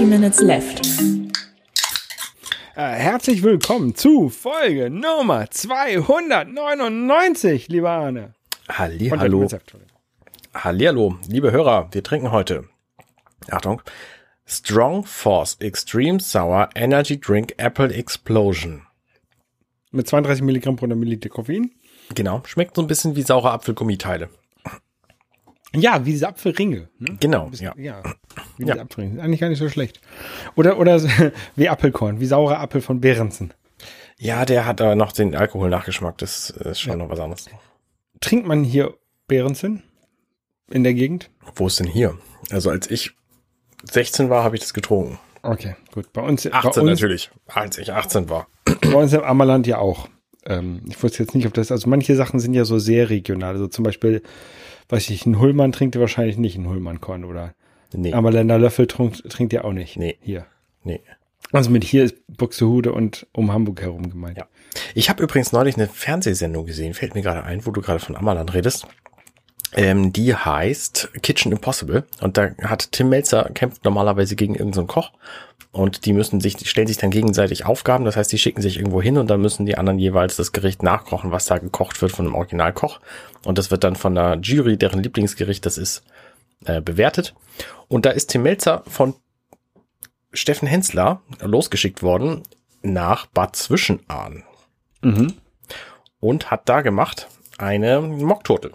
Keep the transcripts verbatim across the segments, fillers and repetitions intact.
thirty minutes left. Äh, herzlich willkommen zu Folge Nummer zweihundertneunundneunzig, lieber Arne. Hallihallo. Hallihallo, liebe Hörer, wir trinken heute, Achtung, Strong Force Extreme Sour Energy Drink Apple Explosion. Mit zweiunddreißig Milligramm pro Milliliter Koffein. Genau, schmeckt so ein bisschen wie saure Apfelgummiteile. Ja, wie diese Apfelringe. Ne? Genau, bisschen, ja. ja. Wie diese ja. Apfelringe. Ist eigentlich gar nicht so schlecht. Oder, oder wie Apfelkorn, wie saurer Apfel von Behrensen. Ja, der hat aber noch den Alkoholnachgeschmack, das ist schon ja. noch was anderes. Trinkt man hier Behrensen in der Gegend? Wo ist denn hier? Also als ich sechzehn war, habe ich das getrunken. Okay, gut. Bei uns achtzehn bei uns, natürlich, als ich achtzehn war. Bei uns im Ammerland ja auch. Ähm, ich wusste jetzt nicht, ob das, also manche Sachen sind ja so sehr regional. Also zum Beispiel, weiß ich, ein Hullmann trinkt ihr wahrscheinlich nicht einen Hullmann-Korn oder nee. Ammerländer Löffel trinkt, trinkt ihr auch nicht. Nee. Hier. Nee. Also mit hier ist Buxtehude und um Hamburg herum gemeint. Ja. Ich habe übrigens neulich eine Fernsehsendung gesehen, fällt mir gerade ein, wo du gerade von Ammerland redest. Ähm, die heißt Kitchen Impossible und da hat Tim Melzer kämpft normalerweise gegen irgendeinen so Koch und die müssen sich, die stellen sich dann gegenseitig Aufgaben, das heißt, die schicken sich irgendwo hin und dann müssen die anderen jeweils das Gericht nachkochen, was da gekocht wird von einem Originalkoch und das wird dann von der Jury, deren Lieblingsgericht das ist, äh, bewertet und da ist Tim Melzer von Steffen Hensler losgeschickt worden nach Bad Zwischenahn Mhm. und hat da gemacht eine Mockturtle.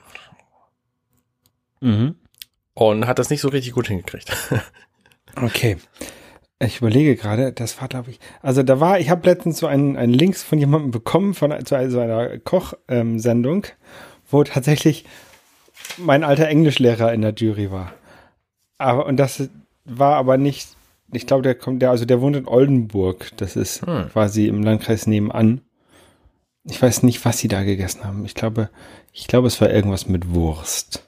Mhm. Und hat das nicht so richtig gut hingekriegt. Okay. Ich überlege gerade, das war, glaube ich, also da war, ich habe letztens so einen, einen Links von jemandem bekommen, von zu so einer Kochsendung, ähm, wo tatsächlich mein alter Englischlehrer in der Jury war. Aber, und das war aber nicht, ich glaube, der kommt, der, also der wohnt in Oldenburg, das ist hm. quasi im Landkreis nebenan. Ich weiß nicht, was sie da gegessen haben. Ich glaube, ich glaube, es war irgendwas mit Wurst.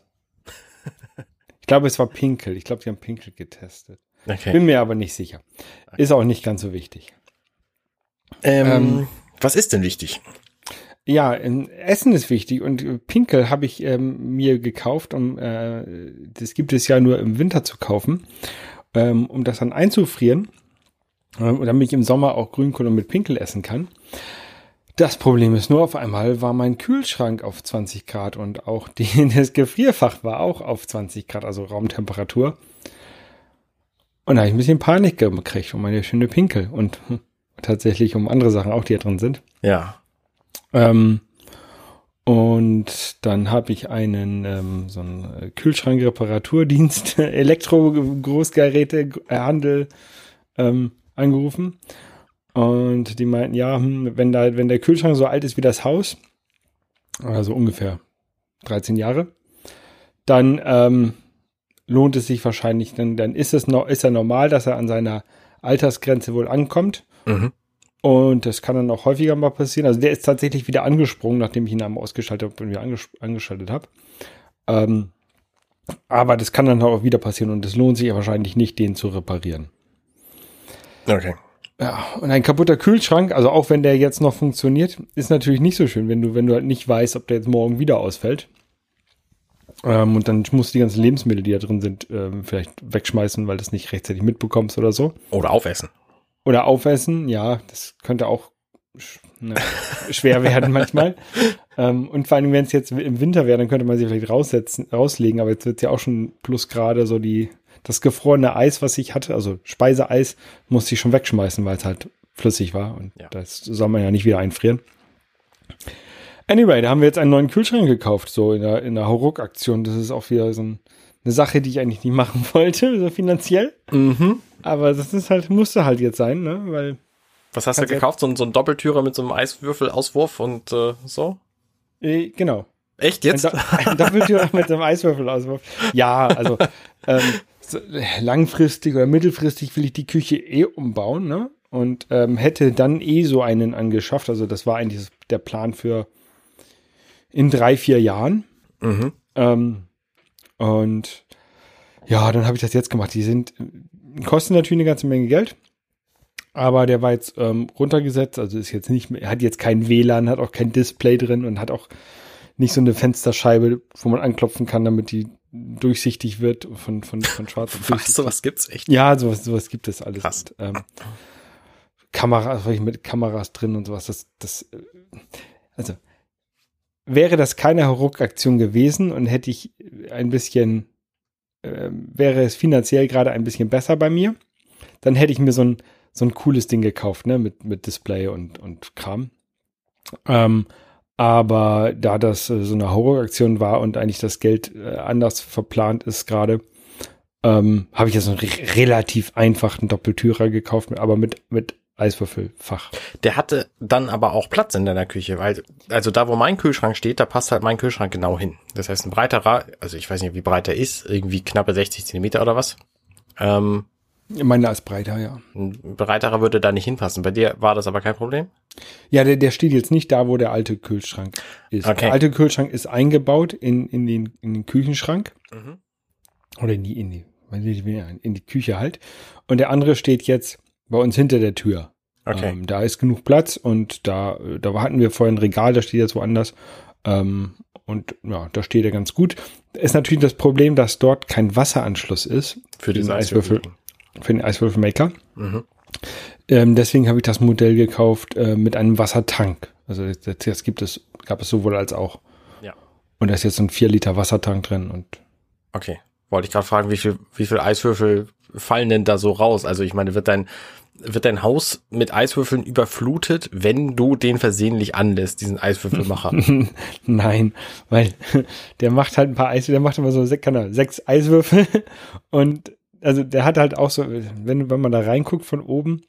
Ich glaube, es war Pinkel. Ich glaube, sie haben Pinkel getestet. Okay. Bin mir aber nicht sicher. Ist auch nicht ganz so wichtig. Ähm, ähm, was ist denn wichtig? Ja, Essen ist wichtig und Pinkel habe ich ähm, mir gekauft, um äh, das gibt es ja nur im Winter zu kaufen, ähm, um das dann einzufrieren, ähm, damit ich im Sommer auch Grünkohl mit Pinkel essen kann. Das Problem ist nur, auf einmal war mein Kühlschrank auf zwanzig Grad und auch die, das Gefrierfach war auch auf zwanzig Grad, also Raumtemperatur. Und da habe ich ein bisschen Panik gekriegt um meine schöne Pinkel und hm, tatsächlich um andere Sachen auch, die da drin sind. Ja. Ähm, und dann habe ich einen ähm, so einen Kühlschrank-Reparaturdienst, Elektro-Großgeräte-Handel ähm, angerufen. Und die meinten, ja, wenn da, wenn der Kühlschrank so alt ist wie das Haus, also ungefähr dreizehn Jahre, dann ähm, lohnt es sich wahrscheinlich, dann, dann ist es noch, ist er normal, dass er an seiner Altersgrenze wohl ankommt. Mhm. Und das kann dann auch häufiger mal passieren. Also der ist tatsächlich wieder angesprungen, nachdem ich ihn einmal ausgeschaltet habe und wieder anges- angeschaltet habe. Ähm, aber das kann dann auch wieder passieren und es lohnt sich ja wahrscheinlich nicht, den zu reparieren. Okay. Ja, und ein kaputter Kühlschrank, also auch wenn der jetzt noch funktioniert, ist natürlich nicht so schön, wenn du, wenn du halt nicht weißt, ob der jetzt morgen wieder ausfällt. Ähm, und dann musst du die ganzen Lebensmittel, die da drin sind, ähm, vielleicht wegschmeißen, weil du es nicht rechtzeitig mitbekommst oder so. Oder aufessen. Oder aufessen, ja, das könnte auch sch- ne, schwer werden manchmal. Ähm, und vor allem, wenn es jetzt im Winter wäre, dann könnte man sie vielleicht raussetzen, rauslegen, aber jetzt wird es ja auch schon Plusgrade, so die das gefrorene Eis, was ich hatte, also Speiseeis, musste ich schon wegschmeißen, weil es halt flüssig war. Und ja. Das soll man ja nicht wieder einfrieren. Anyway, da haben wir jetzt einen neuen Kühlschrank gekauft, so in der, in der Hauruck-Aktion. Das ist auch wieder so ein, eine Sache, die ich eigentlich nicht machen wollte, so finanziell. Mhm. Aber das ist halt, musste halt jetzt sein, ne? Weil. Was hast du gekauft? So ein, so ein Doppeltürer mit so einem Eiswürfelauswurf und äh, so? Äh, genau. Echt jetzt? Ein, Do- ein Doppeltürer mit einem Eiswürfelauswurf. Ja, also ähm, so, langfristig oder mittelfristig will ich die Küche eh umbauen, ne? Und ähm, hätte dann eh so einen angeschafft. Also das war eigentlich der Plan für in drei, vier Jahren. Mhm. Ähm, und ja, dann habe ich das jetzt gemacht. Die sind kosten natürlich eine ganze Menge Geld. Aber der war jetzt ähm, runtergesetzt. Also ist jetzt nicht mehr, hat jetzt kein W L A N, hat auch kein Display drin und hat auch nicht so eine Fensterscheibe, wo man anklopfen kann, damit die durchsichtig wird von, von, von schwarz auf durchsichtig. Was, sowas gibt's echt? Ja, sowas, sowas gibt es alles. Krass. Und, ähm, Kameras, mit Kameras drin und sowas. Das, das, also, wäre das keine Hauruck-Aktion gewesen und hätte ich ein bisschen, äh, wäre es finanziell gerade ein bisschen besser bei mir, dann hätte ich mir so ein, so ein cooles Ding gekauft, ne, mit, mit Display und, und Kram. Ähm, aber da das äh, so eine Horroraktion war und eigentlich das Geld äh, anders verplant ist gerade, ähm, habe ich jetzt einen re- relativ einfachen Doppeltürer gekauft, aber mit, mit Eiswürfelfach. Der hatte dann aber auch Platz in deiner Küche, weil, also da, wo mein Kühlschrank steht, da passt halt mein Kühlschrank genau hin. Das heißt, ein breiterer, also ich weiß nicht, wie breit der ist, irgendwie knappe sechzig Zentimeter oder was. Ähm, Meiner ist breiter, ja. Ein breiterer würde da nicht hinpassen. Bei dir war das aber kein Problem? Ja, der, der steht jetzt nicht da, wo der alte Kühlschrank ist. Okay. Der alte Kühlschrank ist eingebaut in, in, den, in den Küchenschrank. Mhm. Oder in die, in die, in die Küche halt. Und der andere steht jetzt bei uns hinter der Tür. Okay. Ähm, da ist genug Platz und da, da hatten wir vorhin ein Regal, da steht jetzt woanders. Ähm, und ja, da steht er ganz gut. Ist natürlich das Problem, dass dort kein Wasseranschluss ist. Für den Eiswürfel. Eiswürfel. Für den Eiswürfelmaker. Mhm. Ähm, deswegen habe ich das Modell gekauft äh, mit einem Wassertank. Also jetzt, jetzt gibt es, gab es sowohl als auch. Ja. Und da ist jetzt ein vier Liter Wassertank drin und. Okay. Wollte ich gerade fragen, wie viel, wie viel Eiswürfel fallen denn da so raus? Also ich meine, wird dein, wird dein Haus mit Eiswürfeln überflutet, wenn du den versehentlich anlässt, diesen Eiswürfelmacher? Nein, weil der macht halt ein paar Eiswürfel, der macht immer so sechs, kann sechs Eiswürfel und also der hat halt auch so, wenn, wenn man da reinguckt von oben,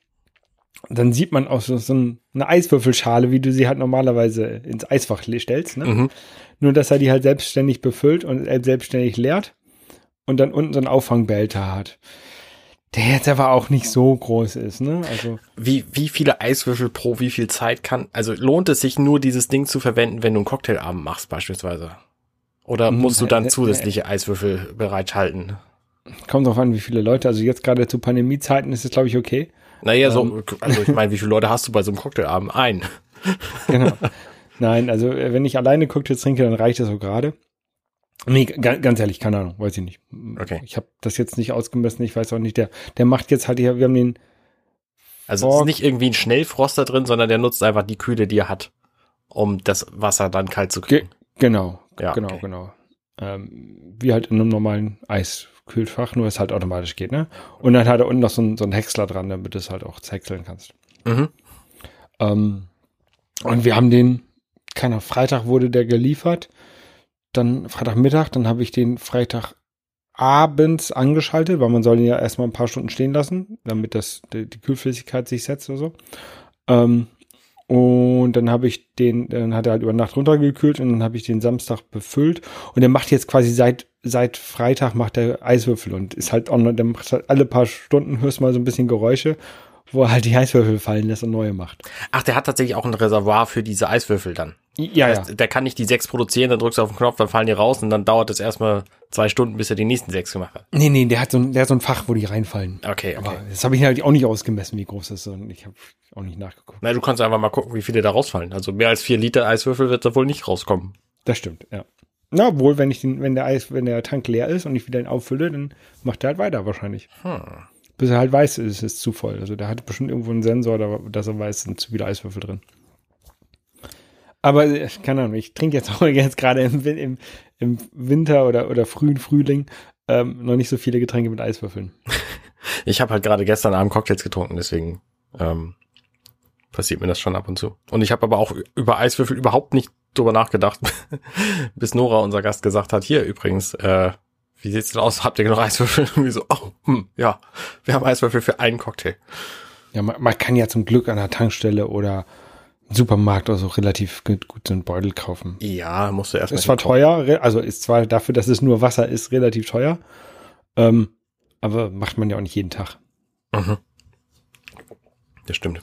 dann sieht man auch so, so eine Eiswürfelschale, wie du sie halt normalerweise ins Eisfach stellst. Ne? Mhm. Nur, dass er die halt selbstständig befüllt und selbstständig leert und dann unten so einen Auffangbehälter hat. Der jetzt aber auch nicht so groß ist. Ne? Also Wie, wie viele Eiswürfel pro wie viel Zeit kann, also lohnt es sich nur, dieses Ding zu verwenden, wenn du einen Cocktailabend machst beispielsweise? Oder musst du dann zusätzliche Eiswürfel bereithalten? Kommt drauf an, wie viele Leute. Also jetzt gerade zu Pandemiezeiten ist es, glaube ich, okay. Naja, so, also ich meine, wie viele Leute hast du bei so einem Cocktailabend? Ein. Genau. Nein, also wenn ich alleine Cocktails trinke, dann reicht das so gerade. Nee, ganz, ganz ehrlich, keine Ahnung, weiß ich nicht. Okay. Ich habe das jetzt nicht ausgemessen, ich weiß auch nicht, der der macht jetzt halt hier, wir haben den. Also es ist nicht irgendwie ein Schnellfroster drin, sondern der nutzt einfach die Kühle, die er hat, um das Wasser dann kalt zu kriegen. Ge- genau, Ja, genau, okay. genau. Ähm, wie halt in einem normalen Eiskühlfach, nur es halt automatisch geht, ne? Und dann hat er unten noch so ein, so ein Häcksler dran, damit du es halt auch zerhäckseln kannst. Mhm. Ähm, und wir haben den, keine Ahnung, Freitag wurde der geliefert, dann Freitagmittag, dann habe ich den Freitagabends angeschaltet, weil man soll ihn ja erstmal ein paar Stunden stehen lassen, damit das die, die Kühlflüssigkeit sich setzt oder so. Ähm, und dann habe ich den, dann hat er halt über Nacht runtergekühlt und dann habe ich den Samstag befüllt und der macht jetzt quasi seit seit Freitag macht er Eiswürfel und ist halt auch noch, der macht halt alle paar Stunden, hörst mal so ein bisschen Geräusche, wo er halt die Eiswürfel fallen lässt und neue macht. Ach, der hat tatsächlich auch ein Reservoir für diese Eiswürfel dann. Ja, Das heißt, ja. der kann nicht die sechs produzieren, dann drückst du auf den Knopf, dann fallen die raus und dann dauert es erstmal zwei Stunden, bis er die nächsten sechs gemacht hat. Nee, nee, der hat so ein, der hat so ein Fach, wo die reinfallen. Okay, okay. Aber das habe ich halt auch nicht ausgemessen, wie groß das ist und ich habe auch nicht nachgeguckt. Na, du kannst einfach mal gucken, wie viele da rausfallen. Also mehr als vier Liter Eiswürfel wird da wohl nicht rauskommen. Das stimmt, ja. Na, obwohl, wenn ich den, wenn der Eis, wenn der Tank leer ist und ich wieder ihn auffülle, dann macht er halt weiter wahrscheinlich. Hm. Bis er halt weiß, es ist zu voll. Also der hat bestimmt irgendwo einen Sensor, dass er weiß, es sind zu viele Eiswürfel drin. Aber, keine Ahnung, ich trinke jetzt auch jetzt gerade im, im, im Winter oder, oder frühen Frühling ähm, noch nicht so viele Getränke mit Eiswürfeln. Ich habe halt gerade gestern Abend Cocktails getrunken, deswegen ähm, passiert mir das schon ab und zu. Und ich habe aber auch über Eiswürfel überhaupt nicht drüber nachgedacht, bis Nora, unser Gast, gesagt hat, hier übrigens, äh, wie sieht's denn aus? Habt ihr genug Eiswürfel? Und wir so, oh, hm, ja, wir haben Eiswürfel für einen Cocktail. Ja, man, man kann ja zum Glück an der Tankstelle oder im Supermarkt oder so relativ gut, gut so einen Beutel kaufen. Ja, musst du erstmal. Ist zwar teuer, also ist zwar dafür, dass es nur Wasser ist, relativ teuer, ähm, aber macht man ja auch nicht jeden Tag. Mhm. Das stimmt.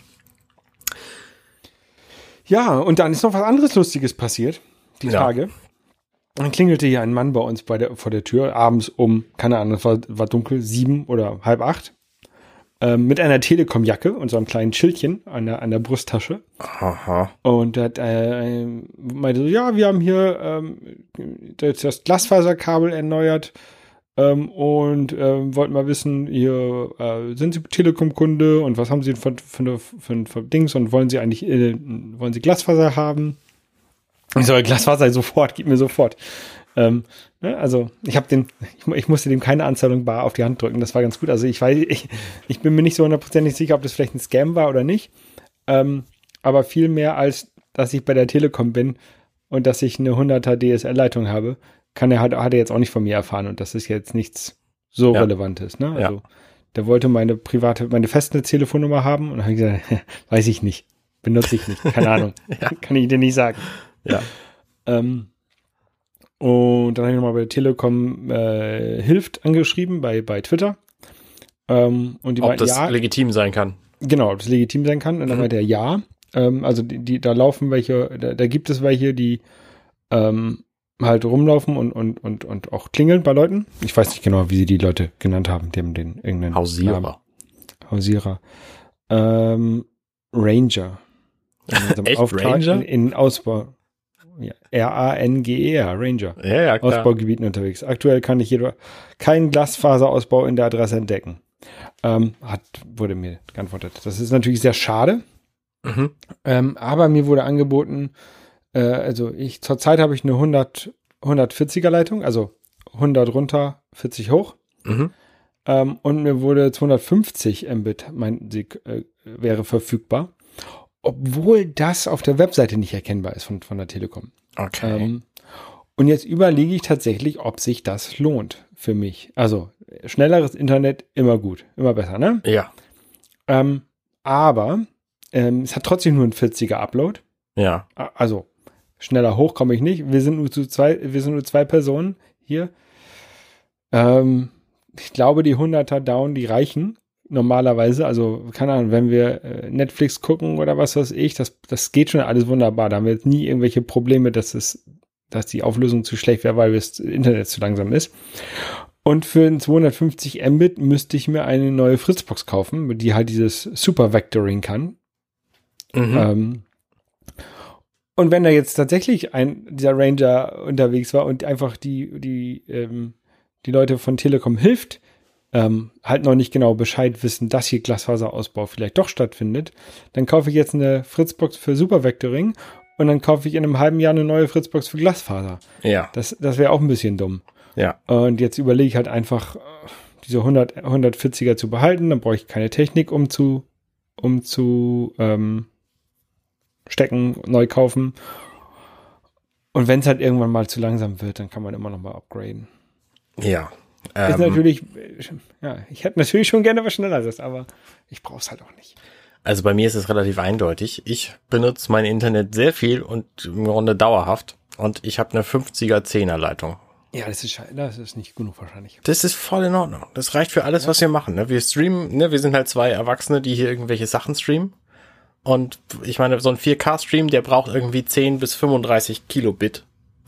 Ja, und dann ist noch was anderes Lustiges passiert, die Ja. Tage. Dann klingelte hier ein Mann bei uns bei der, vor der Tür, abends um, keine Ahnung, es war, war dunkel, sieben oder halb acht. ähm, mit einer Telekom-Jacke und so einem kleinen Schildchen an der, an der Brusttasche. Aha. Und hat äh, meinte so, ja, wir haben hier ähm, das, das Glasfaserkabel erneuert ähm, und ähm, wollten mal wissen, ihr äh, sind Sie Telekom-Kunde und was haben Sie für, für, für, für Dings und wollen Sie eigentlich äh, wollen Sie Glasfaser haben? Ich soll Glasfaser sofort, gib mir sofort. Ähm, ne, also ich habe den, ich, ich musste dem keine Anzahlung bar auf die Hand drücken, das war ganz gut. Also ich weiß, ich, ich bin mir nicht so hundertprozentig sicher, ob das vielleicht ein Scam war oder nicht. Ähm, aber viel mehr als, dass ich bei der Telekom bin und dass ich eine hunderter D S L-Leitung habe, kann er, hat, hat er jetzt auch nicht von mir erfahren und das ist jetzt nichts so ja. Relevantes. Ne? Also ja. Der wollte meine private, meine Festnetztelefonnummer haben und dann habe ich gesagt, weiß ich nicht, benutze ich nicht, keine Ahnung, ja. kann ich dir nicht sagen. Ja. Ähm, und dann habe ich nochmal bei der Telekom äh, hilft angeschrieben bei, bei Twitter. Ähm, und die ob meinten, das ja, legitim sein kann. Genau, ob das legitim sein kann. Und dann mhm. meinte er ja. Ähm, also die, die, da laufen welche, da, da gibt es welche, die ähm, halt rumlaufen und, und, und, und auch klingeln bei Leuten. Ich weiß nicht genau, wie sie die Leute genannt haben. Die haben den irgendeinen Hausierer. Namen. Hausierer. Ähm, Ranger. Echt, Auftrag Ranger? In, in Ausbau. Ja, R A N G E R, Ranger. Ja, ja, klar. Ausbaugebieten unterwegs. Aktuell kann ich jedoch keinen Glasfaserausbau in der Adresse entdecken. Ähm, hat, wurde mir geantwortet. Das ist natürlich sehr schade. Mhm. Ähm, aber mir wurde angeboten, äh, also ich, zurzeit habe ich eine hundert, hundertvierziger Leitung, also hundert runter, vierzig hoch. Mhm. Ähm, und mir wurde zweihundertfünfzig Mbit, mein, sie, äh, wäre verfügbar. Obwohl das auf der Webseite nicht erkennbar ist von, von der Telekom. Okay. Ähm, und jetzt überlege ich tatsächlich, ob sich das lohnt für mich. Also schnelleres Internet, immer gut, immer besser, ne? Ja. Ähm, aber ähm, es hat trotzdem nur einen vierziger Upload. Ja. Also schneller hoch komme ich nicht. Wir sind nur zu zwei, wir sind nur zwei Personen hier. Ähm, ich glaube, die hunderter down, die reichen. Normalerweise, also keine Ahnung, wenn wir äh, Netflix gucken oder was weiß ich, das, das geht schon alles wunderbar. Da haben wir jetzt nie irgendwelche Probleme, dass es, dass die Auflösung zu schlecht wäre, weil das Internet zu langsam ist. Und für ein zweihundertfünfzig Mbit müsste ich mir eine neue Fritzbox kaufen, die halt dieses Super Vectoring kann. Mhm. Ähm, und wenn da jetzt tatsächlich ein dieser Ranger unterwegs war und einfach die die ähm, die Leute von Telekom hilft, Ähm, halt noch nicht genau Bescheid wissen, dass hier Glasfaserausbau vielleicht doch stattfindet, dann kaufe ich jetzt eine Fritzbox für Super Vectoring und dann kaufe ich in einem halben Jahr eine neue Fritzbox für Glasfaser. Ja. Das, das wäre auch ein bisschen dumm. Ja. Und jetzt überlege ich halt einfach, diese hundert, hundertvierziger zu behalten, dann brauche ich keine Technik, um zu, um zu ähm, stecken, neu kaufen. Und wenn es halt irgendwann mal zu langsam wird, dann kann man immer noch mal upgraden. Ja. Ist Ähm, natürlich, ja, ich hätte natürlich schon gerne was Schnelleres, aber ich brauche es halt auch nicht. Also bei mir ist es relativ eindeutig. Ich benutze mein Internet sehr viel und im Grunde dauerhaft. Und ich habe eine fünfziger Zehner Leitung. Ja, das ist scheiße, das ist nicht genug wahrscheinlich. Das ist voll in Ordnung. Das reicht für alles, ja. was wir machen. Ne? Wir streamen, ne? Wir sind halt zwei Erwachsene, die hier irgendwelche Sachen streamen. Und ich meine, so ein vier K-Stream, der braucht irgendwie zehn bis fünfunddreißig Kilobit.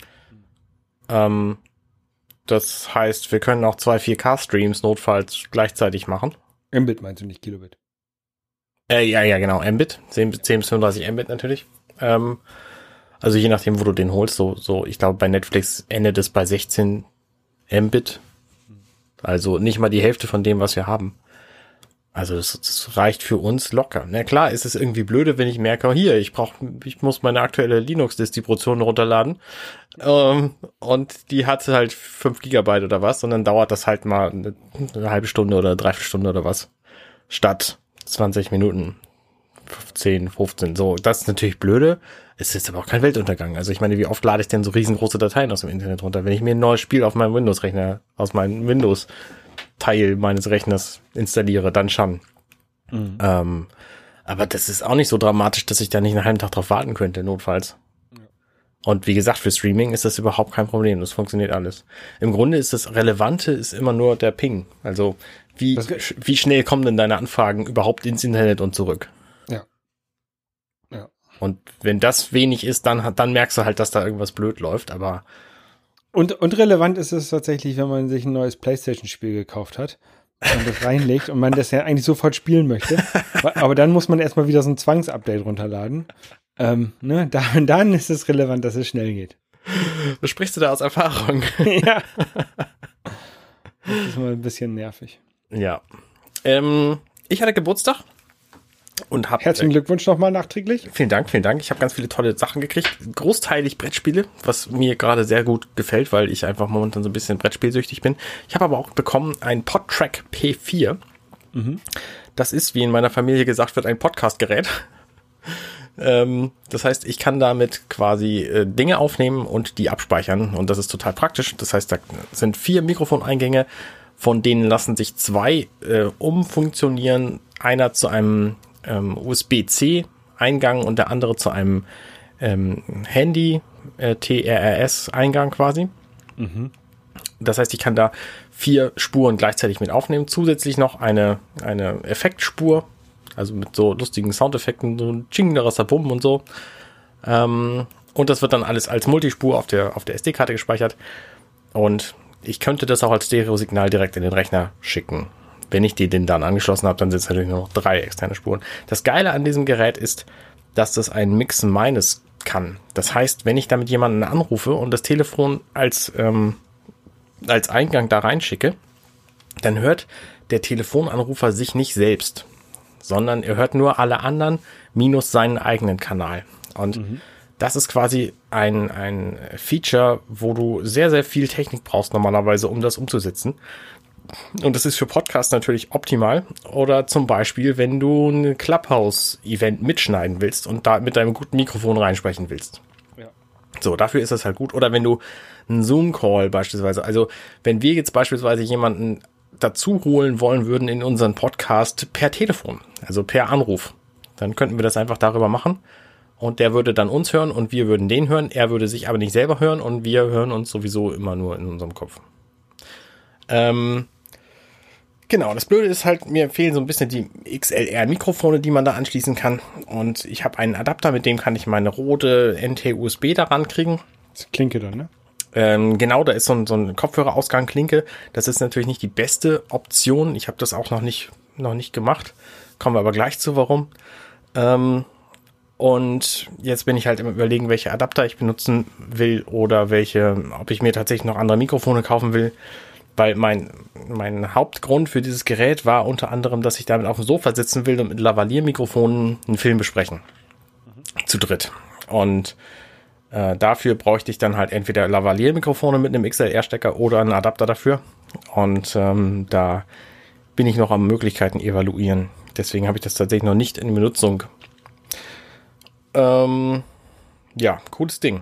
Ähm, das heißt, wir können auch zwei vier K-Streams notfalls gleichzeitig machen. Mbit meinst du, nicht Kilobit? Äh, ja, ja, genau, Mbit. zehn bis fünfunddreißig Mbit natürlich. Ähm, also je nachdem, wo du den holst. So, so, ich glaube, bei Netflix endet es bei sechzehn Mbit. Also nicht mal die Hälfte von dem, was wir haben. Also das, das reicht für uns locker. Na klar, ist es irgendwie blöde, wenn ich merke, hier, ich brauche, ich muss meine aktuelle Linux-Distribution runterladen. Ähm, und die hat halt fünf Gigabyte oder was. Und dann dauert das halt mal eine, eine halbe Stunde oder dreiviertel Stunde oder was. Statt zwanzig Minuten, zehn, fünfzehn. So, das ist natürlich blöde. Es ist aber auch kein Weltuntergang. Also ich meine, wie oft lade ich denn so riesengroße Dateien aus dem Internet runter? Wenn ich mir ein neues Spiel auf meinem Windows-Rechner, aus meinem Windows-Teil meines Rechners installiere, dann schon. Mhm. Ähm, aber das ist auch nicht so dramatisch, dass ich da nicht einen halben Tag drauf warten könnte, notfalls. Ja. Und wie gesagt, für Streaming ist das überhaupt kein Problem. Das funktioniert alles. Im Grunde ist das Relevante ist immer nur der Ping. Also wie, wie schnell kommen denn deine Anfragen überhaupt ins Internet und zurück? Ja. Ja. Und wenn das wenig ist, dann, dann merkst du halt, dass da irgendwas blöd läuft, aber. Und, und relevant ist es tatsächlich, wenn man sich ein neues PlayStation-Spiel gekauft hat man das reinlegt und man das ja eigentlich sofort spielen möchte. Aber dann muss man erstmal wieder so ein Zwangsupdate runterladen. Ähm, ne? Da, dann ist es relevant, dass es schnell geht. Sprichst du da aus Erfahrung? Ja. Das ist mal ein bisschen nervig. Ja. Ähm, ich hatte Geburtstag. Und hab, Herzlichen Glückwunsch nochmal nachträglich. Vielen Dank, vielen Dank. Ich habe ganz viele tolle Sachen gekriegt. Großteilig Brettspiele, was mir gerade sehr gut gefällt, weil ich einfach momentan so ein bisschen Brettspielsüchtig bin. Ich habe aber auch bekommen ein PodTrack P vier. Mhm. Das ist, wie in meiner Familie gesagt wird, ein Podcastgerät. ähm, das heißt, ich kann damit quasi äh, Dinge aufnehmen und die abspeichern. Und das ist total praktisch. Das heißt, da sind vier Mikrofoneingänge, von denen lassen sich zwei äh, umfunktionieren. Einer zu einem Ähm, U S B C Eingang und der andere zu einem ähm, Handy äh, T R R S Eingang quasi. Mhm. Das heißt, ich kann da vier Spuren gleichzeitig mit aufnehmen. Zusätzlich noch eine, eine Effektspur, also mit so lustigen Soundeffekten, so ein Ching-Darasabum und so. Ähm, und das wird dann alles als Multispur auf der, auf der S D-Karte gespeichert. Und ich könnte das auch als Stereo-Signal direkt in den Rechner schicken. Wenn ich die denn dann angeschlossen habe, dann sind es natürlich nur noch drei externe Spuren. Das Geile an diesem Gerät ist, dass das ein Mixen meines kann. Das heißt, wenn ich damit jemanden anrufe und das Telefon als, ähm, als Eingang da reinschicke, dann hört der Telefonanrufer sich nicht selbst, sondern er hört nur alle anderen minus seinen eigenen Kanal. Und mhm. das ist quasi ein, ein Feature, wo du sehr, sehr viel Technik brauchst normalerweise, um das umzusetzen. Und das ist für Podcasts natürlich optimal. Oder zum Beispiel, wenn du ein Clubhouse-Event mitschneiden willst und da mit deinem guten Mikrofon reinsprechen willst. Ja. So, dafür ist das halt gut. Oder wenn du einen Zoom-Call beispielsweise, also wenn wir jetzt beispielsweise jemanden dazu holen wollen würden in unseren Podcast per Telefon, also per Anruf, dann könnten wir das einfach darüber machen. Und der würde dann uns hören und wir würden den hören. Er würde sich aber nicht selber hören und wir hören uns sowieso immer nur in unserem Kopf. Ähm, Genau, das Blöde ist halt, mir fehlen so ein bisschen die X L R-Mikrofone, die man da anschließen kann. Und ich habe einen Adapter, mit dem kann ich meine rote N T-U S B daran kriegen. Das ist Klinke dann, ne? Ähm, genau, da ist so ein, so ein Kopfhörerausgang Klinke. Das ist natürlich nicht die beste Option. Ich habe das auch noch nicht, noch nicht gemacht. Kommen wir aber gleich zu, warum. Ähm, und jetzt bin ich halt im Überlegen, welche Adapter ich benutzen will oder welche, ob ich mir tatsächlich noch andere Mikrofone kaufen will. Weil mein, mein Hauptgrund für dieses Gerät war unter anderem, dass ich damit auf dem Sofa sitzen will und mit Lavalier-Mikrofonen einen Film besprechen. Mhm. Zu dritt. Und äh, dafür bräuchte ich dann halt entweder Lavalier-Mikrofone mit einem X L R-Stecker oder einen Adapter dafür. Und ähm, da bin ich noch am Möglichkeiten evaluieren. Deswegen habe ich das tatsächlich noch nicht in Benutzung. Ähm, ja, cooles Ding.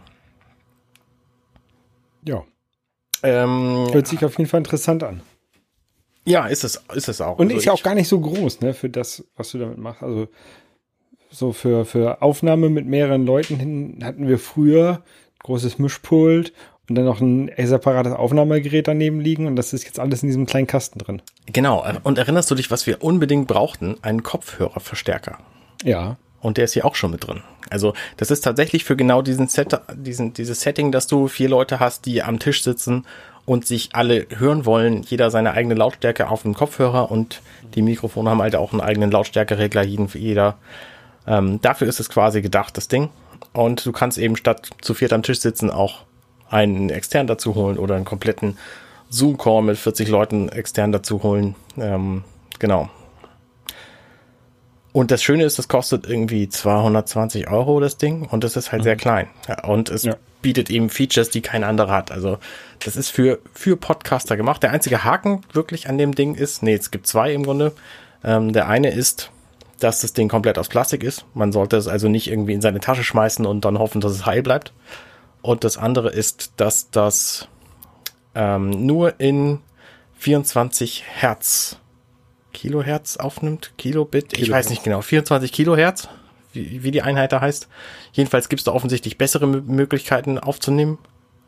Ja. Ähm, Hört sich auf jeden Fall interessant an. Ja, ist es, ist es auch. Und also ist ja auch gar nicht so groß, ne, für das, was du damit machst. Also so für, für Aufnahme mit mehreren Leuten hin hatten wir früher großes Mischpult und dann noch ein separates Aufnahmegerät daneben liegen und das ist jetzt alles in diesem kleinen Kasten drin. Genau. Und erinnerst du dich, was wir unbedingt brauchten? Einen Kopfhörerverstärker. Ja. Und der ist hier auch schon mit drin. Also das ist tatsächlich für genau diesen Set, diesen, dieses Setting, dass du vier Leute hast, die am Tisch sitzen und sich alle hören wollen. Jeder seine eigene Lautstärke auf dem Kopfhörer und die Mikrofone haben halt auch einen eigenen Lautstärkeregler, jeden für jeder. Ähm, dafür ist es quasi gedacht, das Ding. Und du kannst eben statt zu viert am Tisch sitzen auch einen extern dazu holen oder einen kompletten Zoom-Call mit vierzig Leuten extern dazu holen. Ähm, genau. Und das Schöne ist, das kostet irgendwie zweihundertzwanzig Euro, das Ding. Und das ist halt mhm. sehr klein. Ja, und es ja. bietet eben Features, die kein anderer hat. Also das ist für, für Podcaster gemacht. Der einzige Haken wirklich an dem Ding ist, nee, es gibt zwei im Grunde. Ähm, der eine ist, dass das Ding komplett aus Plastik ist. Man sollte es also nicht irgendwie in seine Tasche schmeißen und dann hoffen, dass es heil bleibt. Und das andere ist, dass das ähm, nur in vierundzwanzig Hertz Kilohertz aufnimmt, Kilobit, Kilobit. Ich weiß nicht genau, vierundzwanzig Kilohertz, wie, wie die Einheit da heißt. Jedenfalls gibt es da offensichtlich bessere M- Möglichkeiten aufzunehmen.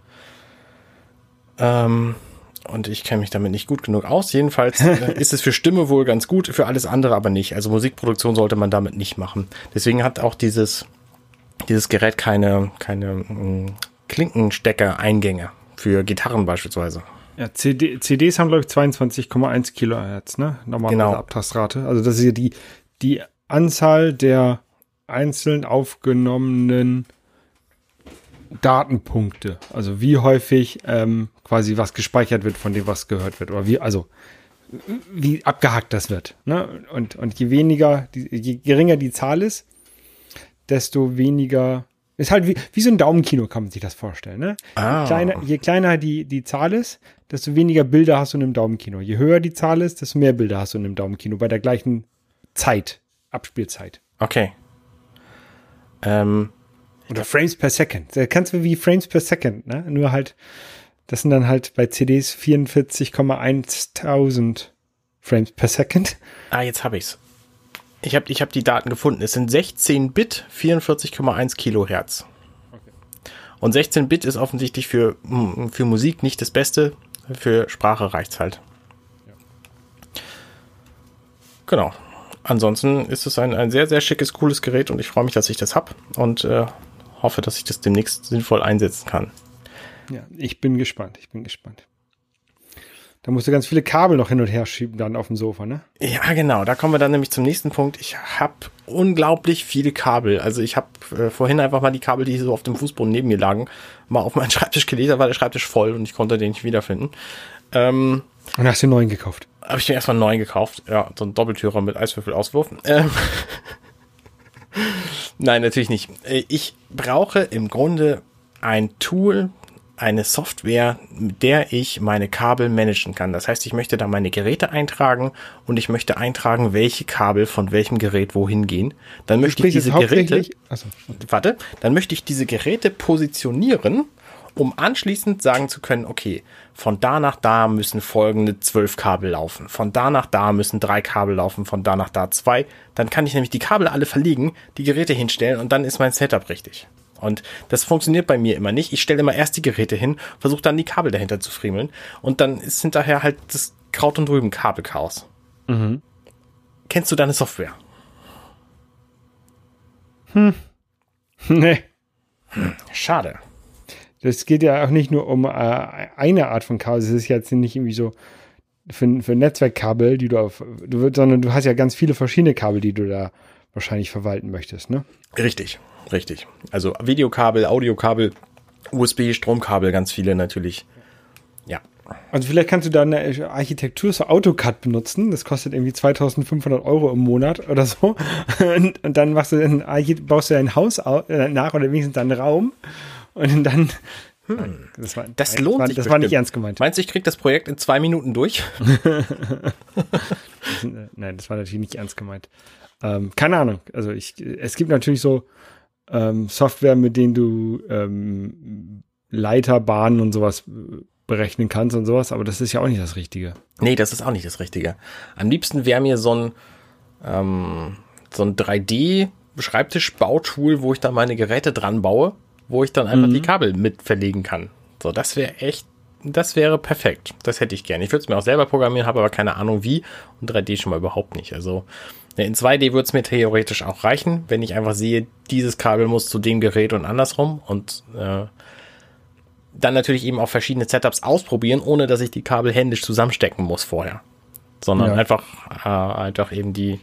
Ähm, und ich kenne mich damit nicht gut genug aus. Jedenfalls äh, ist es für Stimme wohl ganz gut, für alles andere aber nicht. Also Musikproduktion sollte man damit nicht machen. Deswegen hat auch dieses, dieses Gerät keine, keine mh, Klinkenstecker-Eingänge für Gitarren beispielsweise. Ja, C D, C Ds haben, glaube ich, zweiundzwanzig Komma eins Kilohertz, ne? Normale Genau. Abtastrate. Also das ist ja die, die Anzahl der einzeln aufgenommenen Datenpunkte. Also wie häufig ähm, quasi was gespeichert wird von dem, was gehört wird. Oder wie, also wie abgehakt das wird. Ne? Und, und je weniger, die, je geringer die Zahl ist, desto weniger. Ist halt wie, wie so ein Daumenkino, kann man sich das vorstellen. Ne? Ah. Je kleiner, je kleiner die, die Zahl ist, desto weniger Bilder hast du in einem Daumenkino. Je höher die Zahl ist, desto mehr Bilder hast du in einem Daumenkino bei der gleichen Zeit, Abspielzeit. Okay. Ähm, Oder Frames per Second. Da kannst du wie Frames per Second, ne? Nur halt, das sind dann halt bei C Ds vierundvierzig Komma eintausend Frames per Second. ah, jetzt habe ich's. Ich habe ich hab die Daten gefunden. Es sind sechzehn Bit, vierundvierzig Komma eins Kilohertz. Okay. Und sechzehn Bit ist offensichtlich für, für Musik nicht das Beste. Für Sprache reicht's halt. Ja. Genau. Ansonsten ist es ein, ein sehr, sehr schickes, cooles Gerät und ich freue mich, dass ich das hab und äh, hoffe, dass ich das demnächst sinnvoll einsetzen kann. Ja, ich bin gespannt. Ich bin gespannt. Da musst du ganz viele Kabel noch hin und her schieben dann auf dem Sofa, ne? Ja, genau. Da kommen wir dann nämlich zum nächsten Punkt. Ich habe unglaublich viele Kabel. Also ich habe äh, vorhin einfach mal die Kabel, die so auf dem Fußboden neben mir lagen, mal auf meinen Schreibtisch gelegt. Da war der Schreibtisch voll und ich konnte den nicht wiederfinden. Ähm, Und hast du einen neuen gekauft? habe ich mir erstmal einen neuen gekauft. Ja, so ein Doppeltürer mit Eiswürfelauswurf. Ähm, Nein, natürlich nicht. Ich brauche im Grunde ein Tool, eine Software, mit der ich meine Kabel managen kann. Das heißt, ich möchte da meine Geräte eintragen und ich möchte eintragen, welche Kabel von welchem Gerät wohin gehen. Dann möchte ich diese Geräte, Achso. warte, dann möchte ich diese Geräte positionieren, um anschließend sagen zu können, okay, von da nach da müssen folgende zwölf Kabel laufen. Von da nach da müssen drei Kabel laufen, von da nach da zwei. Dann kann ich nämlich die Kabel alle verlegen, die Geräte hinstellen und dann ist mein Setup richtig. Und das funktioniert bei mir immer nicht. Ich stelle immer erst die Geräte hin, versuche dann die Kabel dahinter zu friemeln und dann ist hinterher halt das Kraut und Rüben Kabelchaos. Mhm. Kennst du deine Software? Hm. Nee. Hm, schade. Das geht ja auch nicht nur um äh, eine Art von Kabel. Es ist jetzt nicht irgendwie so für, für Netzwerkkabel, die du auf, du wirst, sondern du hast ja ganz viele verschiedene Kabel, die du da wahrscheinlich verwalten möchtest, ne? Richtig, richtig. Also Videokabel, Audiokabel, U S B, Stromkabel, ganz viele natürlich. Ja. Also vielleicht kannst du da eine Architektur so AutoCAD benutzen. Das kostet irgendwie zweitausendfünfhundert Euro im Monat oder so. Und, und dann machst du ein, baust du ein Haus nach oder wenigstens einen Raum. Und dann, hm. das, war, das nein, lohnt das war, sich Das bestimmt. war nicht ernst gemeint. Meinst du, ich krieg das Projekt in zwei Minuten durch? das, nein, das war natürlich nicht ernst gemeint. Ähm, keine Ahnung. Also ich, es gibt natürlich so ähm, Software, mit denen du ähm, Leiterbahnen und sowas berechnen kannst und sowas, aber das ist ja auch nicht das Richtige. Nee, das ist auch nicht das Richtige. Am liebsten wäre mir so ein ähm, so ein drei D-Schreibtisch-Bautool, wo ich dann meine Geräte dran baue, wo ich dann einfach mhm. die Kabel mit verlegen kann. So, das wäre echt, das wäre perfekt. Das hätte ich gerne. Ich würde es mir auch selber programmieren, habe aber keine Ahnung wie und drei D schon mal überhaupt nicht. Also in zwei D würde es mir theoretisch auch reichen, wenn ich einfach sehe, dieses Kabel muss zu dem Gerät und andersrum und äh, dann natürlich eben auch verschiedene Setups ausprobieren, ohne dass ich die Kabel händisch zusammenstecken muss vorher. Sondern ja. einfach, äh, einfach eben die,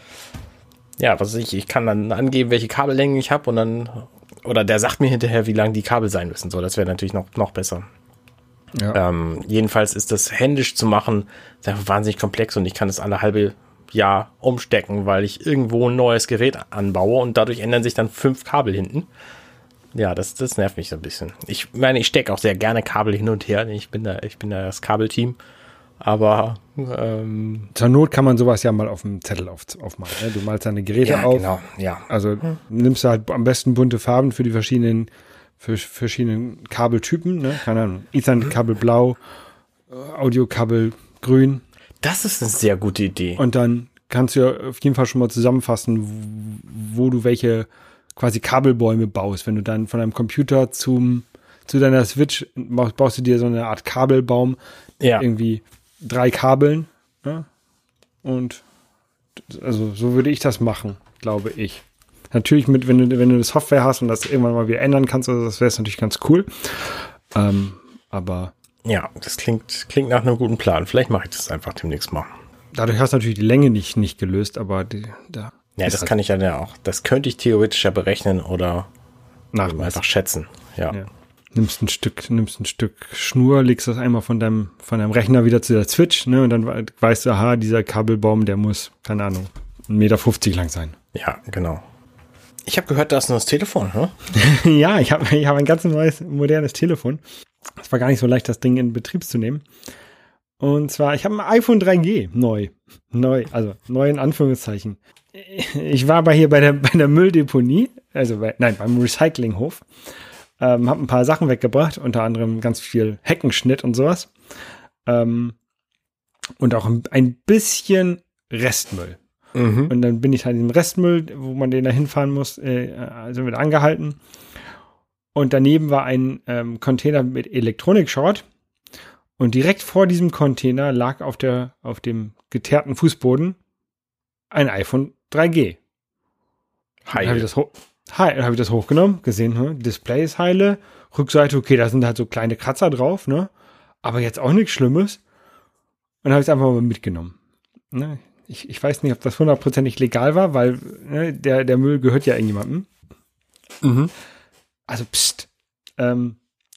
ja, was weiß ich, ich kann dann angeben, welche Kabellängen ich habe und dann, oder der sagt mir hinterher, wie lang die Kabel sein müssen. So, das wäre natürlich noch, noch besser. Ja. Ähm, jedenfalls ist das händisch zu machen, ist einfach wahnsinnig komplex und ich kann es alle halbe Jahr umstecken, weil ich irgendwo ein neues Gerät anbaue und dadurch ändern sich dann fünf Kabel hinten. Ja, das, das nervt mich so ein bisschen. Ich meine, ich stecke auch sehr gerne Kabel hin und her. Ich bin da, ich bin da das Kabelteam. Aber ähm, zur Not kann man sowas ja mal auf dem Zettel auf, aufmalen. Ne? Du malst deine Geräte ja, auf. Genau, ja. Also hm. nimmst du halt am besten bunte Farben für die verschiedenen, für verschiedenen Kabeltypen. Ne? Keine Ahnung. Ethernet-Kabel blau, Audio-Kabel grün. Das ist eine sehr gute Idee. Und dann kannst du ja auf jeden Fall schon mal zusammenfassen, wo, wo du welche quasi Kabelbäume baust. Wenn du dann von deinem Computer zum zu deiner Switch baust du dir so eine Art Kabelbaum, ja. irgendwie drei Kabeln. Ne? Und also so würde ich das machen, glaube ich. Natürlich mit, wenn du wenn du eine Software hast und das irgendwann mal wieder ändern kannst, also das wäre es natürlich ganz cool. Ähm, aber Ja, das klingt, klingt nach einem guten Plan. Vielleicht mache ich das einfach demnächst mal. Dadurch hast du natürlich die Länge nicht, nicht gelöst, aber die, da. Ja, das halt kann ich ja auch. Das könnte ich theoretisch ja berechnen oder einfach schätzen. Ja. ja. Nimmst ein Stück, nimmst ein Stück Schnur, legst das einmal von deinem, von deinem Rechner wieder zu der Switch, ne, und dann weißt du, aha, dieser Kabelbaum, der muss, keine Ahnung, ein Meter fünfzig lang sein. Ja, genau. Ich habe gehört, da ist nur das Telefon, ne? Ja, ich habe ich hab ein ganz neues, modernes Telefon. Es war gar nicht so leicht, das Ding in Betrieb zu nehmen. Und zwar, ich habe ein iPhone drei G, neu. Neu, also neu in Anführungszeichen. Ich war aber hier bei der, bei der Mülldeponie, also bei, nein, beim Recyclinghof. Ähm, habe ein paar Sachen weggebracht, unter anderem ganz viel Heckenschnitt und sowas. Ähm, und auch ein, ein bisschen Restmüll. Mhm. Und dann bin ich halt im Restmüll, wo man den da hinfahren muss, äh, also wird angehalten. Und daneben war ein ähm, Container mit Elektronikschrott. Und direkt vor diesem Container lag auf der, auf dem geteerten Fußboden ein iPhone drei G. Heil. Dann habe ich das ho- Hi, habe ich das hochgenommen, gesehen, ne? Display ist heile, Rückseite, okay, da sind halt so kleine Kratzer drauf, ne? Aber jetzt auch nichts Schlimmes. Und dann habe ich es einfach mal mitgenommen. Ne? Ich, ich weiß nicht, ob das hundertprozentig legal war, weil ne, der, der Müll gehört ja irgendjemandem. Mhm. Also, pst. Ähm,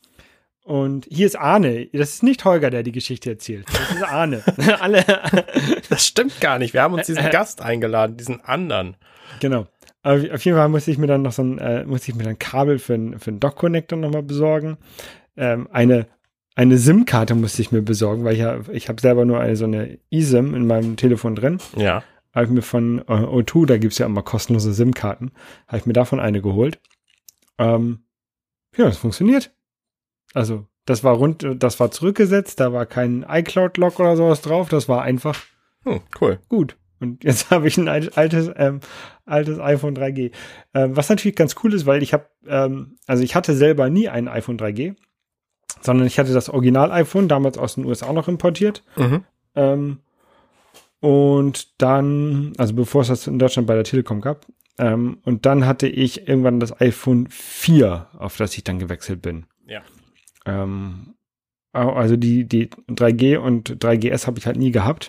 und hier ist Arne. Das ist nicht Holger, der die Geschichte erzählt. Das ist Arne. Alle. Das stimmt gar nicht. Wir haben uns diesen äh, Gast eingeladen, diesen anderen. Genau. Auf jeden Fall musste ich mir dann noch so ein, äh, musste ich mir dann Kabel für einen für einen Dock-Connector nochmal besorgen. Ähm, eine eine SIM-Karte musste ich mir besorgen, weil ich ja, ich habe selber nur eine so eine eSIM in meinem Telefon drin. Ja. Habe ich mir von äh, O zwei, da gibt's ja immer kostenlose SIM-Karten, habe ich mir davon eine geholt. Ähm, ja, das funktioniert. Also das war rund, das war zurückgesetzt, da war kein iCloud-Lock oder sowas drauf, das war einfach hm, cool. Gut. Und jetzt habe ich ein altes, ähm, altes iPhone drei G. Ähm, was natürlich ganz cool ist, weil ich habe, ähm, also ich hatte selber nie ein iPhone drei G, sondern ich hatte das Original-iPhone, damals aus den U S A noch importiert. Mhm. Ähm, und dann, also bevor es das in Deutschland bei der Telekom gab, ähm, und dann hatte ich irgendwann das iPhone vier, auf das ich dann gewechselt bin. Ja. Ähm, also die, die drei G und drei G S habe ich halt nie gehabt.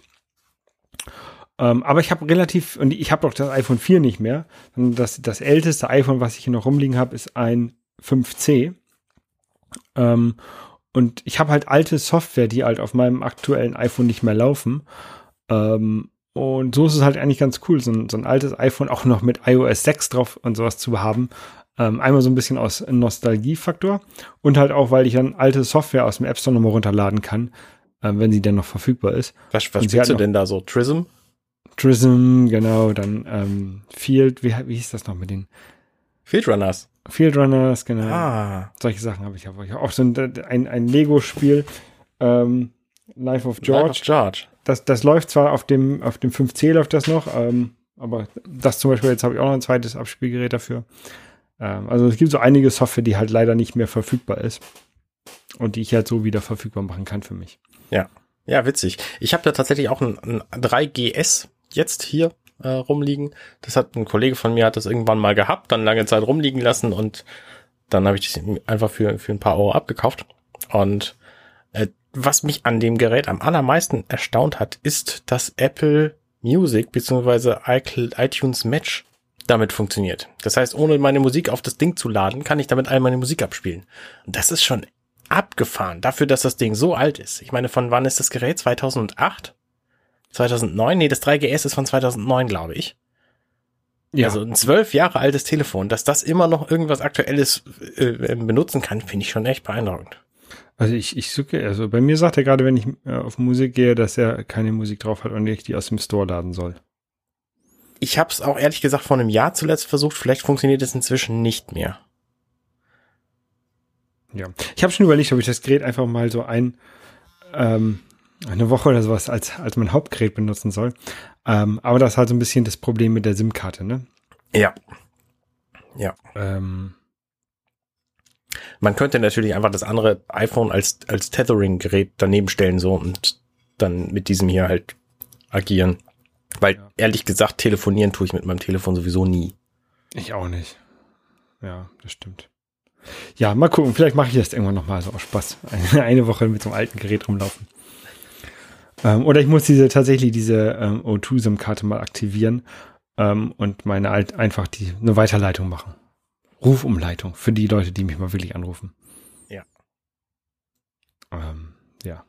Ähm, aber ich habe relativ, und ich habe auch das iPhone vier nicht mehr. Das, das älteste iPhone, was ich hier noch rumliegen habe, ist ein fünf C. Ähm, und ich habe halt alte Software, die halt auf meinem aktuellen iPhone nicht mehr laufen. Ähm, und so ist es halt eigentlich ganz cool, so ein, so ein altes iPhone auch noch mit i O S sechs drauf und sowas zu haben. Ähm, einmal so ein bisschen aus Nostalgiefaktor und halt auch, weil ich dann alte Software aus dem App Store nochmal runterladen kann, äh, wenn sie denn noch verfügbar ist. Was, was spielst du denn da so? Trism? Trism, genau, dann ähm, Field, wie, wie hieß das noch mit den? Field Runners. Field Runners, genau. Ah. Solche Sachen habe ich aber. Ich habe auch so ein, ein, ein Lego-Spiel, ähm, Life of George. Life of George. Das, das läuft zwar auf dem, auf dem fünf C läuft das noch, ähm, aber das zum Beispiel, jetzt habe ich auch noch ein zweites Abspielgerät dafür. Ähm, also es gibt so einige Software, die halt leider nicht mehr verfügbar ist und die ich halt so wieder verfügbar machen kann für mich. Ja, ja, witzig. Ich habe da tatsächlich auch ein, ein drei G S jetzt hier äh, rumliegen. Das hat ein Kollege von mir, hat das irgendwann mal gehabt, dann lange Zeit rumliegen lassen und dann habe ich das einfach für für ein paar Euro abgekauft. Und äh, was mich an dem Gerät am allermeisten erstaunt hat, ist, dass Apple Music bzw. iTunes Match damit funktioniert. Das heißt, ohne meine Musik auf das Ding zu laden, kann ich damit all meine Musik abspielen. Und das ist schon abgefahren, dafür, dass das Ding so alt ist. Ich meine, von wann ist das Gerät? zweitausendacht? zweitausendneun? Nee, das drei G S ist von zweitausendneun, glaube ich. Ja. Also ein zwölf Jahre altes Telefon, dass das immer noch irgendwas Aktuelles äh, benutzen kann, finde ich schon echt beeindruckend. Also ich, ich suche, also bei mir sagt er gerade, wenn ich äh, auf Musik gehe, dass er keine Musik drauf hat und ich die aus dem Store laden soll. Ich habe es auch ehrlich gesagt vor einem Jahr zuletzt versucht, vielleicht funktioniert es inzwischen nicht mehr. Ja, ich habe schon überlegt, ob ich das Gerät einfach mal so ein ähm, eine Woche oder sowas als als mein Hauptgerät benutzen soll. Ähm, aber das ist halt so ein bisschen das Problem mit der SIM-Karte, ne? Ja. Ja. Ähm, Man könnte natürlich einfach das andere iPhone als als Tethering-Gerät daneben stellen so und dann mit diesem hier halt agieren. Weil, ja. ehrlich gesagt, telefonieren tue ich mit meinem Telefon sowieso nie. Ich auch nicht. Ja, das stimmt. Ja, mal gucken. Vielleicht mache ich das irgendwann nochmal so aus Spaß. Eine, eine Woche mit so einem alten Gerät rumlaufen. Ähm, oder ich muss diese tatsächlich diese ähm, O zwei SIM-Karte mal aktivieren ähm, und meine alt einfach die eine Weiterleitung machen. Rufumleitung für die Leute, die mich mal wirklich anrufen. Ja. Ähm, ja.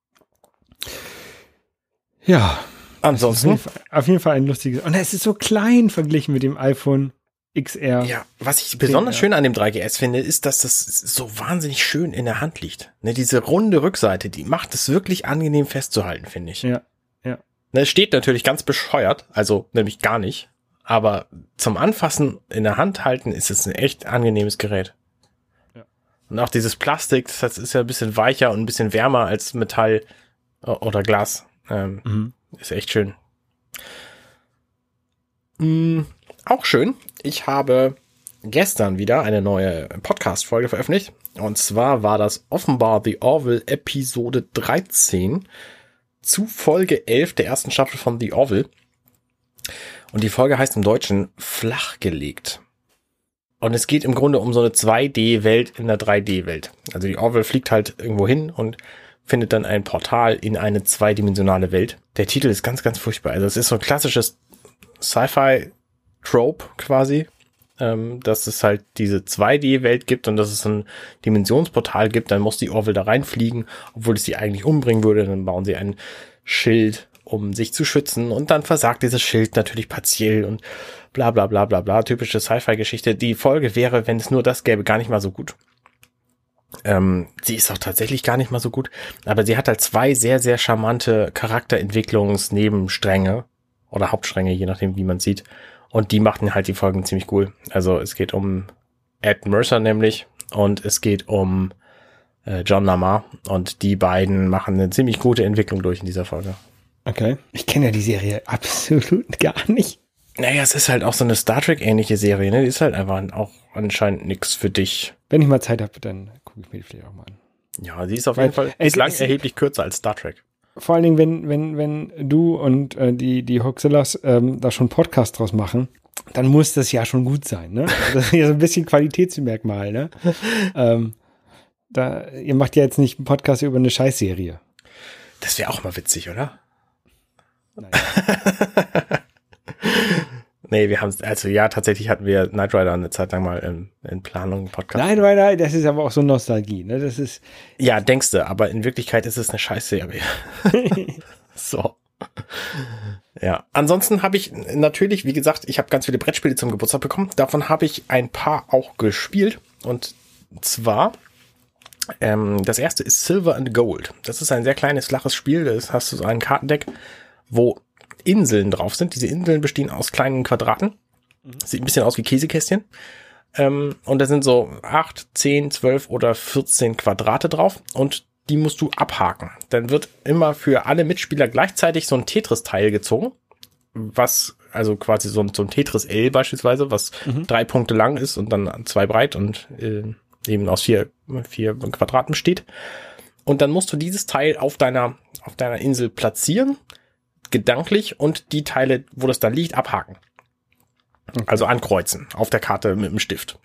Ja. Ansonsten. Auf jeden, Fall, auf jeden Fall ein lustiges. Und es ist so klein verglichen mit dem iPhone X R. Ja, was ich besonders schön an dem drei G S finde, ist, dass das so wahnsinnig schön in der Hand liegt. Ne, diese runde Rückseite, die macht es wirklich angenehm festzuhalten, finde ich. Ja, ja. Ne, es steht natürlich ganz bescheuert, also nämlich gar nicht. Aber zum Anfassen in der Hand halten ist es ein echt angenehmes Gerät. Ja. Und auch dieses Plastik, das ist ja ein bisschen weicher und ein bisschen wärmer als Metall oder Glas. Ähm, mhm. Ist echt schön. Mhm. Auch schön, ich habe gestern wieder eine neue Podcast-Folge veröffentlicht. Und zwar war das offenbar The Orville Episode dreizehn zu Folge elf der ersten Staffel von The Orville. Und die Folge heißt im Deutschen Flachgelegt. Und es geht im Grunde um so eine zwei D-Welt in der drei D-Welt. Also die Orville fliegt halt irgendwo hin und findet dann ein Portal in eine zweidimensionale Welt. Der Titel ist ganz, ganz furchtbar. Also es ist so ein klassisches Sci-Fi Trope quasi, ähm, dass es halt diese zwei D-Welt gibt und dass es ein Dimensionsportal gibt, dann muss die Orville da reinfliegen, obwohl es sie eigentlich umbringen würde, dann bauen sie ein Schild, um sich zu schützen und dann versagt dieses Schild natürlich partiell und bla bla bla bla bla, typische Sci-Fi-Geschichte. Die Folge wäre, wenn es nur das gäbe, gar nicht mal so gut. Ähm, sie ist auch tatsächlich gar nicht mal so gut, aber sie hat halt zwei sehr, sehr charmante Charakterentwicklungs-Nebenstränge oder Hauptstränge, je nachdem, wie man sieht. Und die machten halt die Folgen ziemlich cool. Also es geht um Ed Mercer nämlich und es geht um äh, John Lamar. Und die beiden machen eine ziemlich gute Entwicklung durch in dieser Folge. Okay. Ich kenne ja die Serie absolut gar nicht. Naja, es ist halt auch so eine Star Trek-ähnliche Serie, ne? Die ist halt einfach auch anscheinend nix für dich. Wenn ich mal Zeit habe, dann gucke ich mir die vielleicht auch mal an. Ja, sie ist auf Weil, jeden Fall bislang erheblich kürzer als Star Trek. Vor allen Dingen, wenn, wenn, wenn du und äh, die, die Hoaxillas ähm, da schon Podcast draus machen, dann muss das ja schon gut sein, ne? Das ist ja so ein bisschen Qualitätsmerkmal, ne? ähm, da, ihr macht ja jetzt nicht einen Podcast über eine Scheißserie. Das wäre auch mal witzig, oder? Nein. Nee, wir haben also ja, tatsächlich hatten wir Knight Rider eine Zeit lang mal in, in Planung einen Podcast. Knight Rider, das ist aber auch so Nostalgie, ne? Das ist. Ja, denkst du, aber in Wirklichkeit ist es eine Scheißserie. So. Ja. Ansonsten habe ich natürlich, wie gesagt, ich habe ganz viele Brettspiele zum Geburtstag bekommen. Davon habe ich ein paar auch gespielt. Und zwar, ähm, das erste ist Silver and Gold. Das ist ein sehr kleines, flaches Spiel. Das hast du so ein Kartendeck, wo Inseln drauf sind. Diese Inseln bestehen aus kleinen Quadraten. Sieht ein bisschen aus wie Käsekästchen. Ähm, und da sind so acht, zehn, zwölf oder vierzehn Quadrate drauf. Und die musst du abhaken. Dann wird immer für alle Mitspieler gleichzeitig so ein Tetris-Teil gezogen. Was, also quasi so ein, so ein Tetris-L beispielsweise, was mhm. drei Punkte lang ist und dann zwei breit und äh, eben aus vier, vier Quadraten besteht. Und dann musst du dieses Teil auf deiner, auf deiner Insel platzieren, gedanklich, und die Teile, wo das dann liegt, abhaken. Okay. Also ankreuzen auf der Karte mit dem Stift.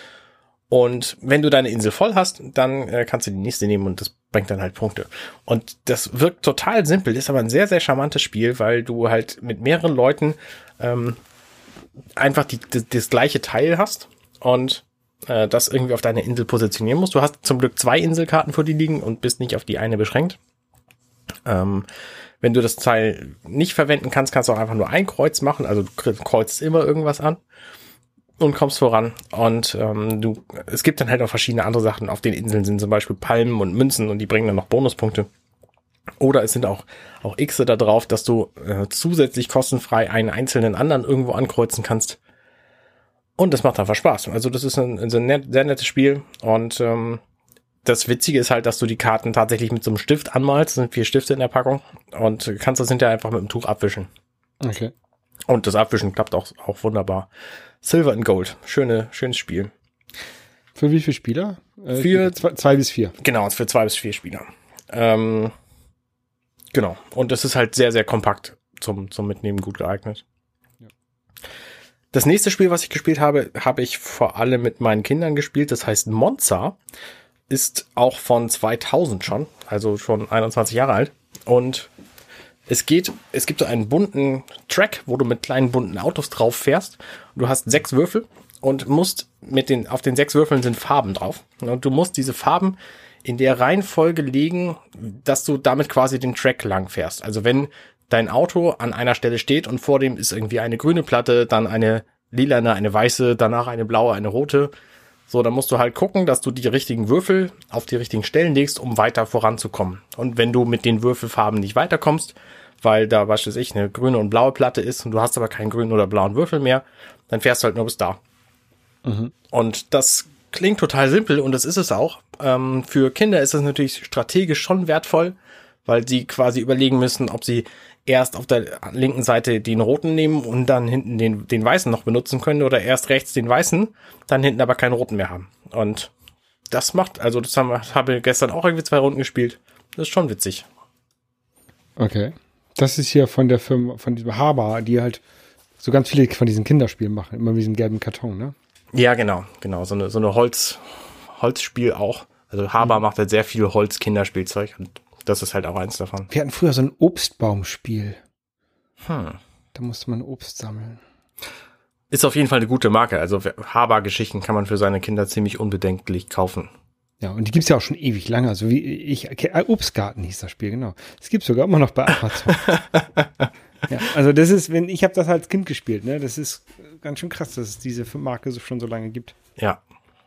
Und wenn du deine Insel voll hast, dann äh, kannst du die nächste nehmen und das bringt dann halt Punkte. Und das wirkt total simpel, ist aber ein sehr, sehr charmantes Spiel, weil du halt mit mehreren Leuten ähm, einfach die, die, das gleiche Teil hast und äh, das irgendwie auf deiner Insel positionieren musst. Du hast zum Glück zwei Inselkarten vor dir liegen und bist nicht auf die eine beschränkt. Ähm, wenn du das Teil nicht verwenden kannst, kannst du auch einfach nur ein Kreuz machen. Also du kreuzt immer irgendwas an und kommst voran. Und ähm, du, es gibt dann halt noch verschiedene andere Sachen. Auf den Inseln sind zum Beispiel Palmen und Münzen und die bringen dann noch Bonuspunkte. Oder es sind auch auch Xe da drauf, dass du äh, zusätzlich kostenfrei einen einzelnen anderen irgendwo ankreuzen kannst. Und das macht einfach Spaß. Also das ist ein, ein sehr, net, sehr nettes Spiel. Und ähm, das Witzige ist halt, dass du die Karten tatsächlich mit so einem Stift anmalst. Es sind vier Stifte in der Packung. Und kannst das hinterher einfach mit dem Tuch abwischen. Okay. Und das Abwischen klappt auch, auch wunderbar. Silver and Gold. Schöne, schönes Spiel. Für wie viele Spieler? Äh, für zwei, zwei bis vier. Genau, für zwei bis vier Spieler. Ähm, genau. Und das ist halt sehr, sehr kompakt zum, zum Mitnehmen gut geeignet. Ja. Das nächste Spiel, was ich gespielt habe, habe ich vor allem mit meinen Kindern gespielt. Das heißt Monza. Ist auch von zweitausend schon, also schon einundzwanzig Jahre alt. Und es geht, es gibt so einen bunten Track, wo du mit kleinen bunten Autos drauf fährst. Du hast sechs Würfel und musst mit den, auf den sechs Würfeln sind Farben drauf. Und du musst diese Farben in der Reihenfolge legen, dass du damit quasi den Track lang fährst. Also wenn dein Auto an einer Stelle steht und vor dem ist irgendwie eine grüne Platte, dann eine lilane, eine weiße, danach eine blaue, eine rote. So, dann musst du halt gucken, dass du die richtigen Würfel auf die richtigen Stellen legst, um weiter voranzukommen. Und wenn du mit den Würfelfarben nicht weiterkommst, weil da beispielsweise eine grüne und blaue Platte ist und du hast aber keinen grünen oder blauen Würfel mehr, dann fährst du halt nur bis da. Mhm. Und das klingt total simpel und das ist es auch. Ähm, für Kinder ist das natürlich strategisch schon wertvoll, weil sie quasi überlegen müssen, ob sie erst auf der linken Seite den roten nehmen und dann hinten den, den weißen noch benutzen können oder erst rechts den weißen, dann hinten aber keinen roten mehr haben. Und das macht, also das haben wir, habe gestern auch irgendwie zwei Runden gespielt. Das ist schon witzig. Okay. Das ist hier von der Firma, von diesem Haber, die halt so ganz viele von diesen Kinderspielen machen, immer mit diesem gelben Karton, ne? Ja, genau, genau. So eine, so eine Holz, Holzspiel auch. Also Haber mhm. macht halt sehr viel Holz-Kinderspielzeug und das ist halt auch eins davon. Wir hatten früher so ein Obstbaumspiel. Hm. Da musste man Obst sammeln. Ist auf jeden Fall eine gute Marke. Also Haber-Geschichten kann man für seine Kinder ziemlich unbedenklich kaufen. Ja, und die gibt's ja auch schon ewig lange. Also wie ich, Obstgarten hieß das Spiel, genau. Es gibt's sogar immer noch bei Amazon. Ja, also das ist, wenn ich habe das als Kind gespielt, ne? Das ist ganz schön krass, dass es diese Marke so schon so lange gibt. Ja.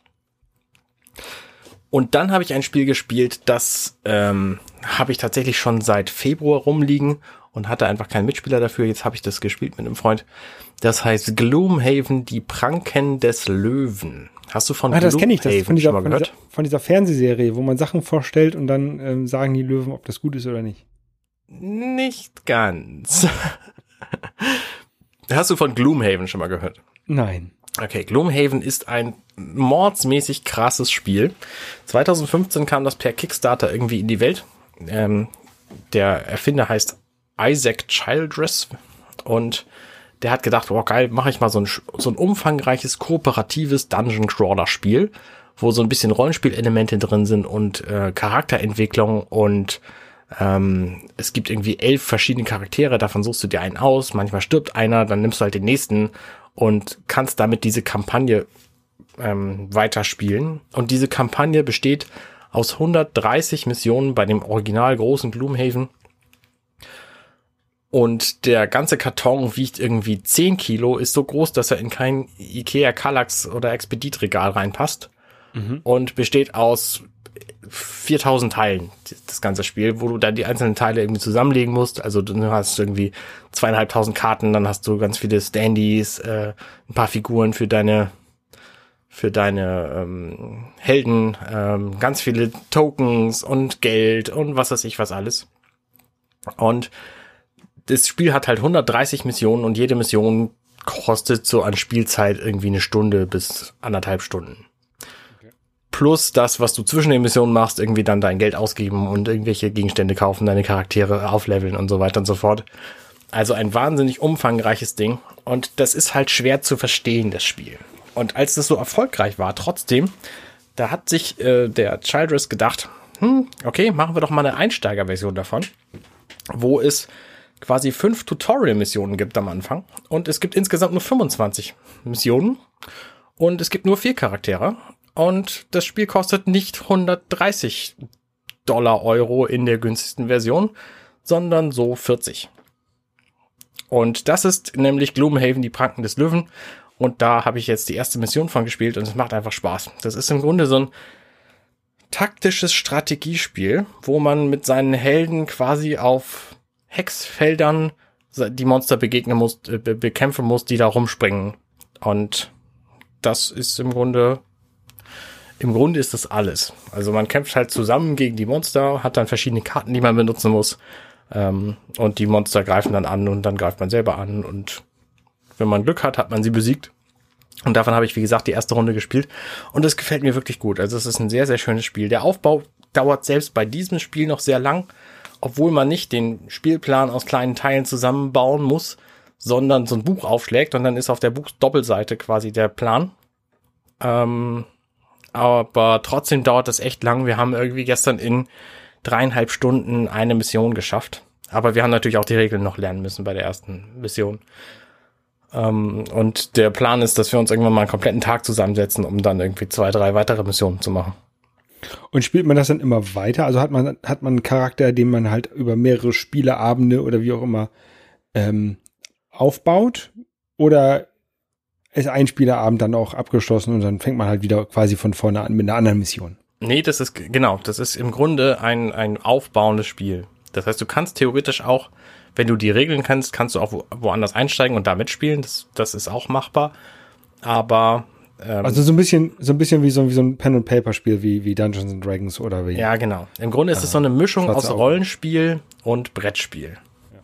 Und dann habe ich ein Spiel gespielt, das ähm, habe ich tatsächlich schon seit Februar rumliegen und hatte einfach keinen Mitspieler dafür. Jetzt habe ich das gespielt mit einem Freund. Das heißt Gloomhaven, die Pranken des Löwen. Hast du von ah, das kenne ich, das von dieser, schon mal gehört? Von dieser, von dieser Fernsehserie, wo man Sachen vorstellt und dann ähm, sagen die Löwen, ob das gut ist oder nicht. Nicht ganz. Hast du von Gloomhaven schon mal gehört? Nein. Okay, Gloomhaven ist ein mordsmäßig krasses Spiel. zwanzig fünfzehn kam das per Kickstarter irgendwie in die Welt. Ähm, der Erfinder heißt Isaac Childress und der hat gedacht, oh geil, mache ich mal so ein, so ein umfangreiches, kooperatives Dungeon-Crawler-Spiel, wo so ein bisschen Rollenspielelemente drin sind und äh, Charakterentwicklung und ähm, es gibt irgendwie elf verschiedene Charaktere, davon suchst du dir einen aus, manchmal stirbt einer, dann nimmst du halt den nächsten und kannst damit diese Kampagne ähm, weiterspielen. Und diese Kampagne besteht aus hundertdreißig Missionen bei dem original großen Gloomhaven. Und der ganze Karton wiegt irgendwie zehn Kilo, ist so groß, dass er in kein Ikea, Kallax oder Expedit-Regal reinpasst. Mhm. Und besteht aus viertausend Teilen, das ganze Spiel, wo du dann die einzelnen Teile irgendwie zusammenlegen musst. Also du hast irgendwie zweieinhalbtausend Karten, dann hast du ganz viele Standys, äh, ein paar Figuren für deine für deine ähm, Helden, ähm, ganz viele Tokens und Geld und was weiß ich was alles. Und das Spiel hat halt hundertdreißig Missionen und jede Mission kostet so an Spielzeit irgendwie eine Stunde bis anderthalb Stunden. Plus das, was du zwischen den Missionen machst, irgendwie dann dein Geld ausgeben und irgendwelche Gegenstände kaufen, deine Charaktere aufleveln und so weiter und so fort. Also ein wahnsinnig umfangreiches Ding. Und das ist halt schwer zu verstehen, das Spiel. Und als das so erfolgreich war, trotzdem, da hat sich äh, der Childress gedacht, hm, okay, machen wir doch mal eine Einsteigerversion davon, wo es quasi fünf Tutorial-Missionen gibt am Anfang. Und es gibt insgesamt nur fünfundzwanzig Missionen. Und es gibt nur vier Charaktere. Und das Spiel kostet nicht hundertdreißig Dollar Euro in der günstigsten Version, sondern so vierzig. Und das ist nämlich Gloomhaven, die Pranken des Löwen. Und da habe ich jetzt die erste Mission von gespielt und es macht einfach Spaß. Das ist im Grunde so ein taktisches Strategiespiel, wo man mit seinen Helden quasi auf Hexfeldern die Monster begegnen muss, be- bekämpfen muss, die da rumspringen. Und das ist im Grunde... Im Grunde ist das alles. Also man kämpft halt zusammen gegen die Monster, hat dann verschiedene Karten, die man benutzen muss. Ähm, und die Monster greifen dann an und dann greift man selber an. Und wenn man Glück hat, hat man sie besiegt. Und davon habe ich, wie gesagt, die erste Runde gespielt. Und es gefällt mir wirklich gut. Also es ist ein sehr, sehr schönes Spiel. Der Aufbau dauert selbst bei diesem Spiel noch sehr lang, obwohl man nicht den Spielplan aus kleinen Teilen zusammenbauen muss, sondern so ein Buch aufschlägt und dann ist auf der Buchdoppelseite quasi der Plan. Ähm, aber trotzdem dauert das echt lang. Wir haben irgendwie gestern in dreieinhalb Stunden eine Mission geschafft. Aber wir haben natürlich auch die Regeln noch lernen müssen bei der ersten Mission. Ähm, und der Plan ist, dass wir uns irgendwann mal einen kompletten Tag zusammensetzen, um dann irgendwie zwei, drei weitere Missionen zu machen. Und spielt man das dann immer weiter? Also hat man, hat man einen Charakter, den man halt über mehrere Spieleabende oder wie auch immer ähm, aufbaut? Oder ist ein Spieleabend dann auch abgeschlossen und dann fängt man halt wieder quasi von vorne an mit einer anderen Mission? Nee, das ist, genau, das ist im Grunde ein, ein aufbauendes Spiel. Das heißt, du kannst theoretisch auch, wenn du die Regeln kennst, kannst du auch wo, woanders einsteigen und da mitspielen. Das, das ist auch machbar. Aber Ähm, also so ein bisschen, so ein bisschen wie so, wie so ein Pen-and-Paper-Spiel wie, wie Dungeons and Dragons oder wie. Ja, genau. Im Grunde ist es so eine Mischung aus Rollenspiel und Brettspiel. Ja.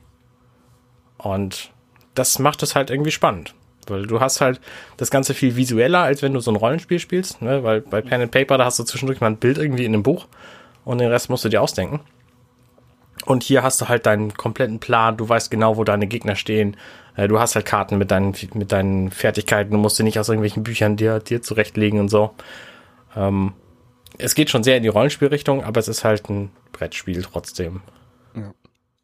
Und das macht es halt irgendwie spannend. Weil du hast halt das Ganze viel visueller, als wenn du so ein Rollenspiel spielst. Ne? Weil bei Pen and Paper, da hast du zwischendurch mal ein Bild irgendwie in einem Buch und den Rest musst du dir ausdenken. Und hier hast du halt deinen kompletten Plan, du weißt genau, wo deine Gegner stehen. Du hast halt Karten mit deinen, mit deinen Fertigkeiten, du musst sie nicht aus irgendwelchen Büchern dir, dir zurechtlegen und so. Ähm, es geht schon sehr in die Rollenspielrichtung, aber es ist halt ein Brettspiel trotzdem. Ja,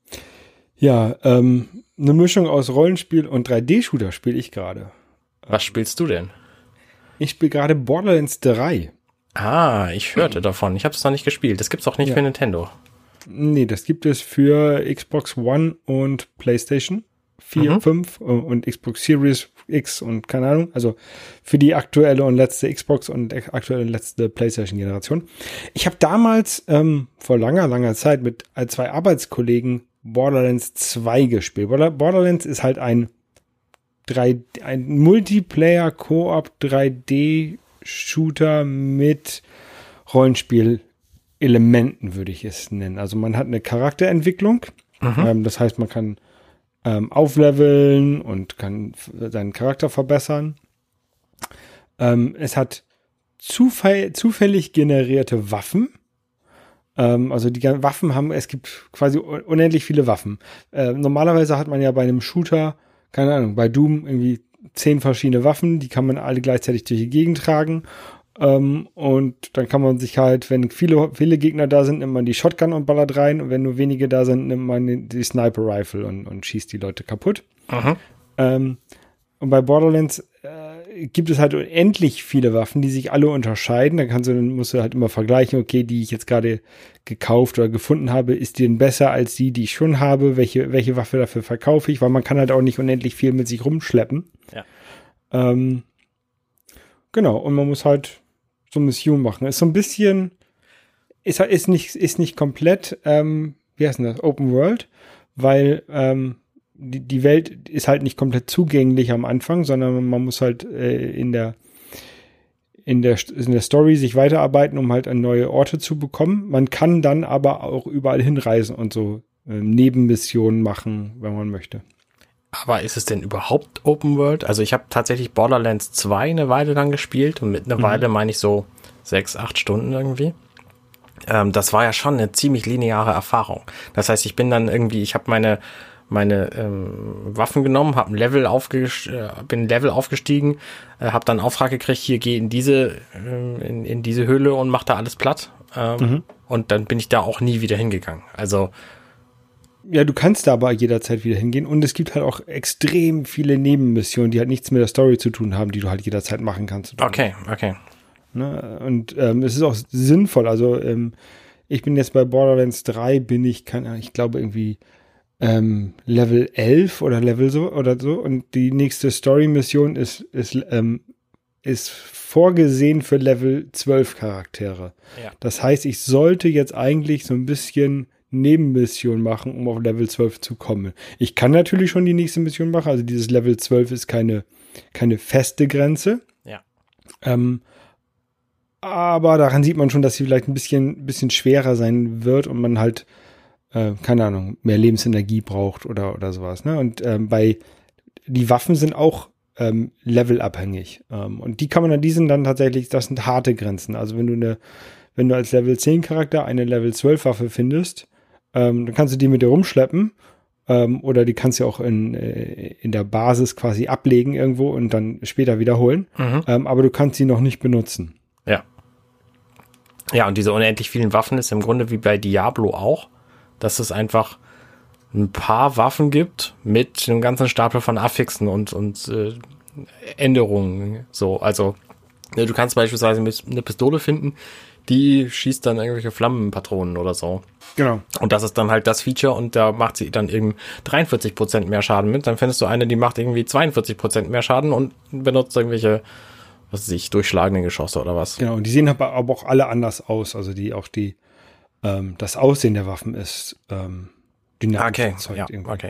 ja ähm, eine Mischung aus Rollenspiel und drei D-Shooter spiele ich gerade. Was spielst du denn? Ich spiele gerade Borderlands drei. Ah, ich hörte mhm. davon. Ich habe es noch nicht gespielt. Das gibt's auch nicht ja. für Nintendo. Nee, das gibt es für Xbox One und PlayStation vier, mhm. fünf und Xbox Series X und keine Ahnung. Also für die aktuelle und letzte Xbox und aktuelle und letzte PlayStation-Generation. Ich habe damals ähm, vor langer, langer Zeit mit zwei Arbeitskollegen Borderlands zwei gespielt. Borderlands ist halt ein, drei, ein Multiplayer-Koop drei D-Shooter mit Rollenspiel Elementen, würde ich es nennen. Also man hat eine Charakterentwicklung. Mhm. Ähm, das heißt, man kann ähm, aufleveln und kann f- seinen Charakter verbessern. Ähm, es hat zufall- zufällig generierte Waffen. Ähm, also die Waffen haben, es gibt quasi unendlich viele Waffen. Äh, normalerweise hat man ja bei einem Shooter, keine Ahnung, bei Doom irgendwie zehn verschiedene Waffen, die kann man alle gleichzeitig durch die Gegend tragen. Um, und dann kann man sich halt, wenn viele, viele Gegner da sind, nimmt man die Shotgun und ballert rein. Und wenn nur wenige da sind, nimmt man die Sniper Rifle und, und schießt die Leute kaputt. Um, und bei Borderlands äh, gibt es halt unendlich viele Waffen, die sich alle unterscheiden. Da kannst du, dann musst du halt immer vergleichen, okay, die ich jetzt gerade gekauft oder gefunden habe, ist die denn besser als die, die ich schon habe? Welche, welche Waffe dafür verkaufe ich? Weil man kann halt auch nicht unendlich viel mit sich rumschleppen. Ja. Um, genau, und man muss halt so Mission machen. Ist so ein bisschen, ist, ist nicht, ist nicht komplett, ähm, wie heißt denn das, Open World, weil ähm, die, die Welt ist halt nicht komplett zugänglich am Anfang, sondern man muss halt äh, in der in der in der Story sich weiterarbeiten, um halt an neue Orte zu bekommen. Man kann dann aber auch überall hinreisen und so äh, Nebenmissionen machen, wenn man möchte. Aber ist es denn überhaupt Open World? Also ich habe tatsächlich Borderlands zwei eine Weile lang gespielt und mit einer mhm. Weile meine ich so sechs, acht Stunden irgendwie. Ähm, das war ja schon eine ziemlich lineare Erfahrung. Das heißt, ich bin dann irgendwie, ich habe meine meine ähm, Waffen genommen, habe ein Level aufgest- äh, bin ein Level aufgestiegen, äh, habe dann einen Auftrag gekriegt, hier geh in diese äh, in, in diese Höhle und mach da alles platt. Ähm, mhm. Und dann bin ich da auch nie wieder hingegangen. Also ja, du kannst da aber jederzeit wieder hingehen und es gibt halt auch extrem viele Nebenmissionen, die halt nichts mit der Story zu tun haben, die du halt jederzeit machen kannst. Okay, okay. Ne? Und ähm, es ist auch sinnvoll, also ähm, ich bin jetzt bei Borderlands drei, bin ich, kann, ich glaube irgendwie ähm, Level elf oder Level so oder so und die nächste Story-Mission ist, ist, ähm, ist vorgesehen für Level zwölf Charaktere. Ja. Das heißt, ich sollte jetzt eigentlich so ein bisschen Nebenmission machen, um auf Level zwölf zu kommen. Ich kann natürlich schon die nächste Mission machen, also dieses Level zwölf ist keine, keine feste Grenze. Ja. Ähm, aber daran sieht man schon, dass sie vielleicht ein bisschen, bisschen schwerer sein wird und man halt, äh, keine Ahnung, mehr Lebensenergie braucht oder, oder sowas. Ne? Und ähm, bei die Waffen sind auch ähm, levelabhängig. Ähm, und die kann man dann, die sind dann tatsächlich, das sind harte Grenzen. Also wenn du eine, wenn du als Level zehn Charakter eine Level zwölf Waffe findest, Ähm, dann kannst du die mit dir rumschleppen Ähm, oder die kannst du auch in, äh, in der Basis quasi ablegen irgendwo und dann später wiederholen. Mhm. Ähm, aber du kannst sie noch nicht benutzen. Ja. Ja, und diese unendlich vielen Waffen ist im Grunde wie bei Diablo auch, dass es einfach ein paar Waffen gibt mit einem ganzen Stapel von Affixen und, und äh, Änderungen. So, also du kannst beispielsweise eine Pistole finden, die schießt dann irgendwelche Flammenpatronen oder so. Genau. Und das ist dann halt das Feature und da macht sie dann eben dreiundvierzig Prozent mehr Schaden mit. Dann findest du eine, die macht irgendwie zweiundvierzig Prozent mehr Schaden und benutzt irgendwelche, was weiß ich, durchschlagenden Geschosse oder was. Genau, und die sehen aber auch alle anders aus. Also die auch die, ähm, das Aussehen der Waffen ist ähm, dynamisch. Okay, ja, irgendwie. Okay.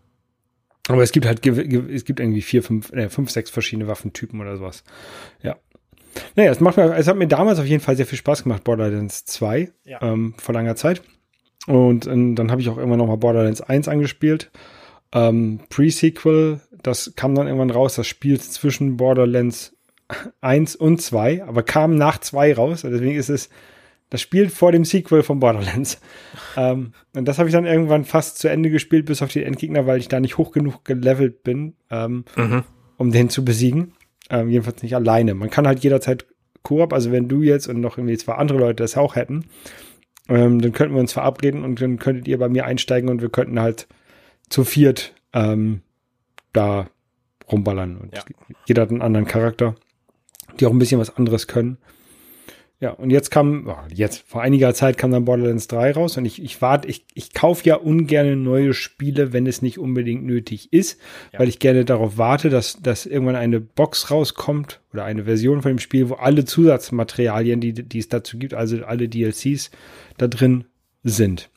Aber es gibt halt, es gibt irgendwie vier, fünf, äh, fünf, sechs verschiedene Waffentypen oder sowas. Ja. Naja, es macht mir, es hat mir damals auf jeden Fall sehr viel Spaß gemacht, Borderlands zwei, ja. ähm, vor langer Zeit. Und, und dann habe ich auch irgendwann nochmal Borderlands eins angespielt. Ähm, Pre-Sequel, das kam dann irgendwann raus, das spielt zwischen Borderlands eins und zwei, aber kam nach zwei raus. Deswegen ist es, das spielt vor dem Sequel von Borderlands. ähm, und das habe ich dann irgendwann fast zu Ende gespielt, bis auf den Endgegner, weil ich da nicht hoch genug gelevelt bin, ähm, mhm. um den zu besiegen. Ähm, jedenfalls nicht alleine. Man kann halt jederzeit Koop, also wenn du jetzt und noch irgendwie zwei andere Leute das auch hätten, ähm, dann könnten wir uns verabreden und dann könntet ihr bei mir einsteigen und wir könnten halt zu viert ähm, da rumballern. Und ja. Jeder hat einen anderen Charakter, die auch ein bisschen was anderes können. Ja, und jetzt kam, oh, jetzt, vor einiger Zeit kam dann Borderlands drei raus und ich, ich warte, ich, ich kaufe ja ungern neue Spiele, wenn es nicht unbedingt nötig ist, ja. weil ich gerne darauf warte, dass, dass irgendwann eine Box rauskommt oder eine Version von dem Spiel, wo alle Zusatzmaterialien, die, die es dazu gibt, also alle D L Cs da drin sind.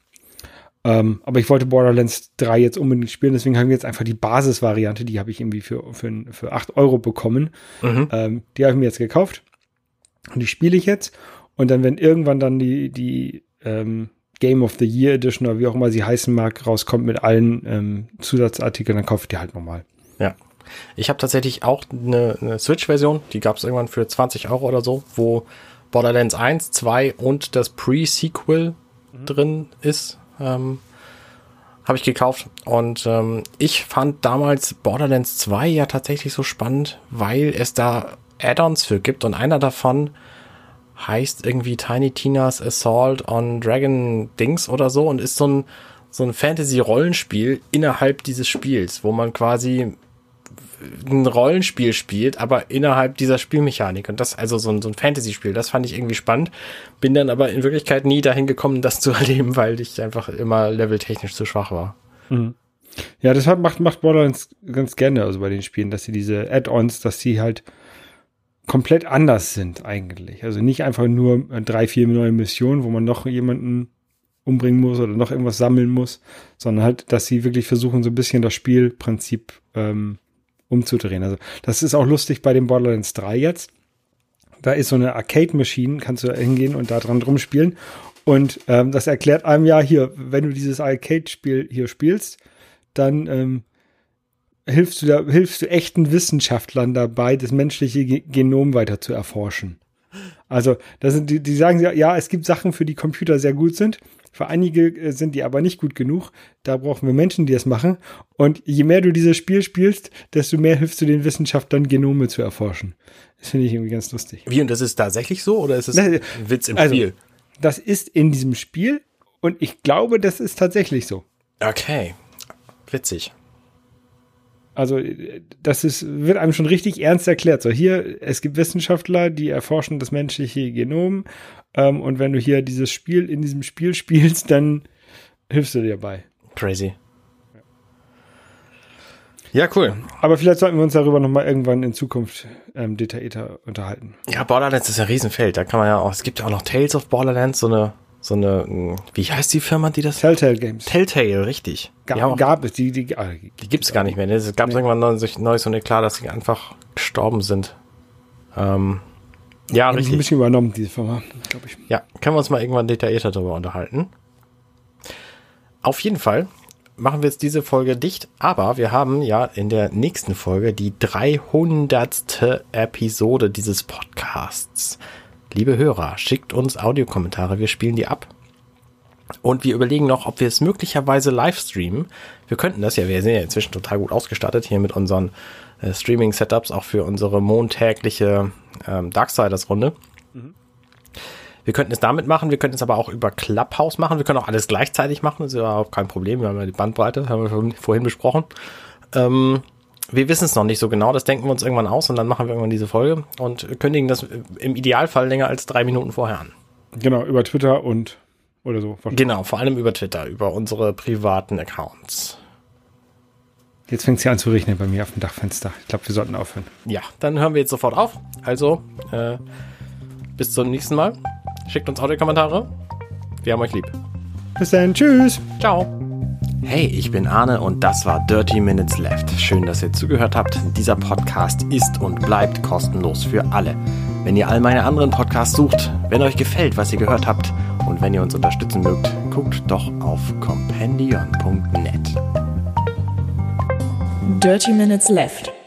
Ähm, aber ich wollte Borderlands drei jetzt unbedingt spielen, deswegen haben wir jetzt einfach die Basisvariante, die habe ich irgendwie für, für, für acht Euro bekommen. Mhm. Ähm, die habe ich mir jetzt gekauft. Und die spiele ich jetzt. Und dann, wenn irgendwann dann die, die ähm, Game of the Year Edition oder wie auch immer sie heißen mag, rauskommt mit allen ähm, Zusatzartikeln, dann kaufe ich die halt nochmal. Ja. Ich habe tatsächlich auch eine, eine Switch-Version, die gab es irgendwann für zwanzig Euro oder so, wo Borderlands eins, zwei und das Pre-Sequel mhm. drin ist. Ähm, habe ich gekauft. Und ähm, ich fand damals Borderlands zwei ja tatsächlich so spannend, weil es da Add-ons für gibt und einer davon heißt irgendwie Tiny Tina's Assault on Dragon Dings oder so und ist so ein so ein Fantasy-Rollenspiel innerhalb dieses Spiels, wo man quasi ein Rollenspiel spielt, aber innerhalb dieser Spielmechanik und das, also so ein, so ein Fantasy-Spiel, das fand ich irgendwie spannend, bin dann aber in Wirklichkeit nie dahin gekommen, das zu erleben, weil ich einfach immer leveltechnisch zu schwach war. Mhm. Ja, das hat, macht, macht Borderlands ganz gerne, also bei den Spielen, dass sie diese Add-ons, dass sie halt komplett anders sind eigentlich. Also nicht einfach nur drei, vier neue Missionen, wo man noch jemanden umbringen muss oder noch irgendwas sammeln muss, sondern halt, dass sie wirklich versuchen, so ein bisschen das Spielprinzip ähm, umzudrehen. Also das ist auch lustig bei dem Borderlands drei jetzt. Da ist so eine Arcade-Maschine, kannst du da hingehen und da dran drum spielen. Und ähm, das erklärt einem ja hier, wenn du dieses Arcade-Spiel hier spielst, dann ähm, hilfst du da, hilfst du echten Wissenschaftlern dabei, das menschliche Genom weiter zu erforschen. Also, das sind die, die sagen ja, es gibt Sachen, für die Computer sehr gut sind. Für einige sind die aber nicht gut genug. Da brauchen wir Menschen, die das machen. Und je mehr du dieses Spiel spielst, desto mehr hilfst du den Wissenschaftlern, Genome zu erforschen. Das finde ich irgendwie ganz lustig. Wie, und das ist tatsächlich so? Oder ist es ein Witz im also, Spiel? Das ist in diesem Spiel und ich glaube, das ist tatsächlich so. Okay. Witzig. Also das ist, wird einem schon richtig ernst erklärt. So hier, es gibt Wissenschaftler, die erforschen das menschliche Genom ähm, und wenn du hier dieses Spiel in diesem Spiel spielst, dann hilfst du dir dabei. Crazy. Ja, cool. Aber vielleicht sollten wir uns darüber nochmal irgendwann in Zukunft ähm, detaillierter unterhalten. Ja, Borderlands ist ein Riesenfeld. Da kann man ja auch, es gibt ja auch noch Tales of Borderlands, so eine so eine, wie heißt die Firma, die das? Telltale Games. Telltale, richtig. Ga- gab es, die, die, die, die gibt es gar nicht mehr. Ne? Es gab nee. irgendwann Neues und klar, dass sie einfach gestorben sind. Ähm, ja, Haben richtig. Ein bisschen übernommen, diese Firma, glaube ich. Ja, können wir uns mal irgendwann detaillierter darüber unterhalten. Auf jeden Fall machen wir jetzt diese Folge dicht, aber wir haben ja in der nächsten Folge die dreihundertste Episode dieses Podcasts. Liebe Hörer, schickt uns Audiokommentare, wir spielen die ab. Und wir überlegen noch, ob wir es möglicherweise live streamen. Wir könnten das ja, wir sind ja inzwischen total gut ausgestattet hier mit unseren äh, Streaming-Setups, auch für unsere montägliche ähm, Darksiders-Runde. Mhm. Wir könnten es damit machen, wir könnten es aber auch über Clubhouse machen. Wir können auch alles gleichzeitig machen, das ist überhaupt kein Problem. Wir haben ja die Bandbreite, haben wir schon vorhin besprochen. Ähm, wir wissen es noch nicht so genau, das denken wir uns irgendwann aus und dann machen wir irgendwann diese Folge und kündigen das im Idealfall länger als drei Minuten vorher an. Genau, über Twitter und oder so. Genau, vor allem über Twitter, über unsere privaten Accounts. Jetzt fängt es ja an zu regnen bei mir auf dem Dachfenster. Ich glaube, wir sollten aufhören. Ja, dann hören wir jetzt sofort auf. Also, äh, bis zum nächsten Mal. Schickt uns Audiokommentare. Wir haben euch lieb. Bis dann, tschüss. Ciao. Hey, ich bin Arne und das war Dirty Minutes Left. Schön, dass ihr zugehört habt. Dieser Podcast ist und bleibt kostenlos für alle. Wenn ihr all meine anderen Podcasts sucht, wenn euch gefällt, was ihr gehört habt und wenn ihr uns unterstützen mögt, guckt doch auf compendion punkt net. Dirty Minutes Left.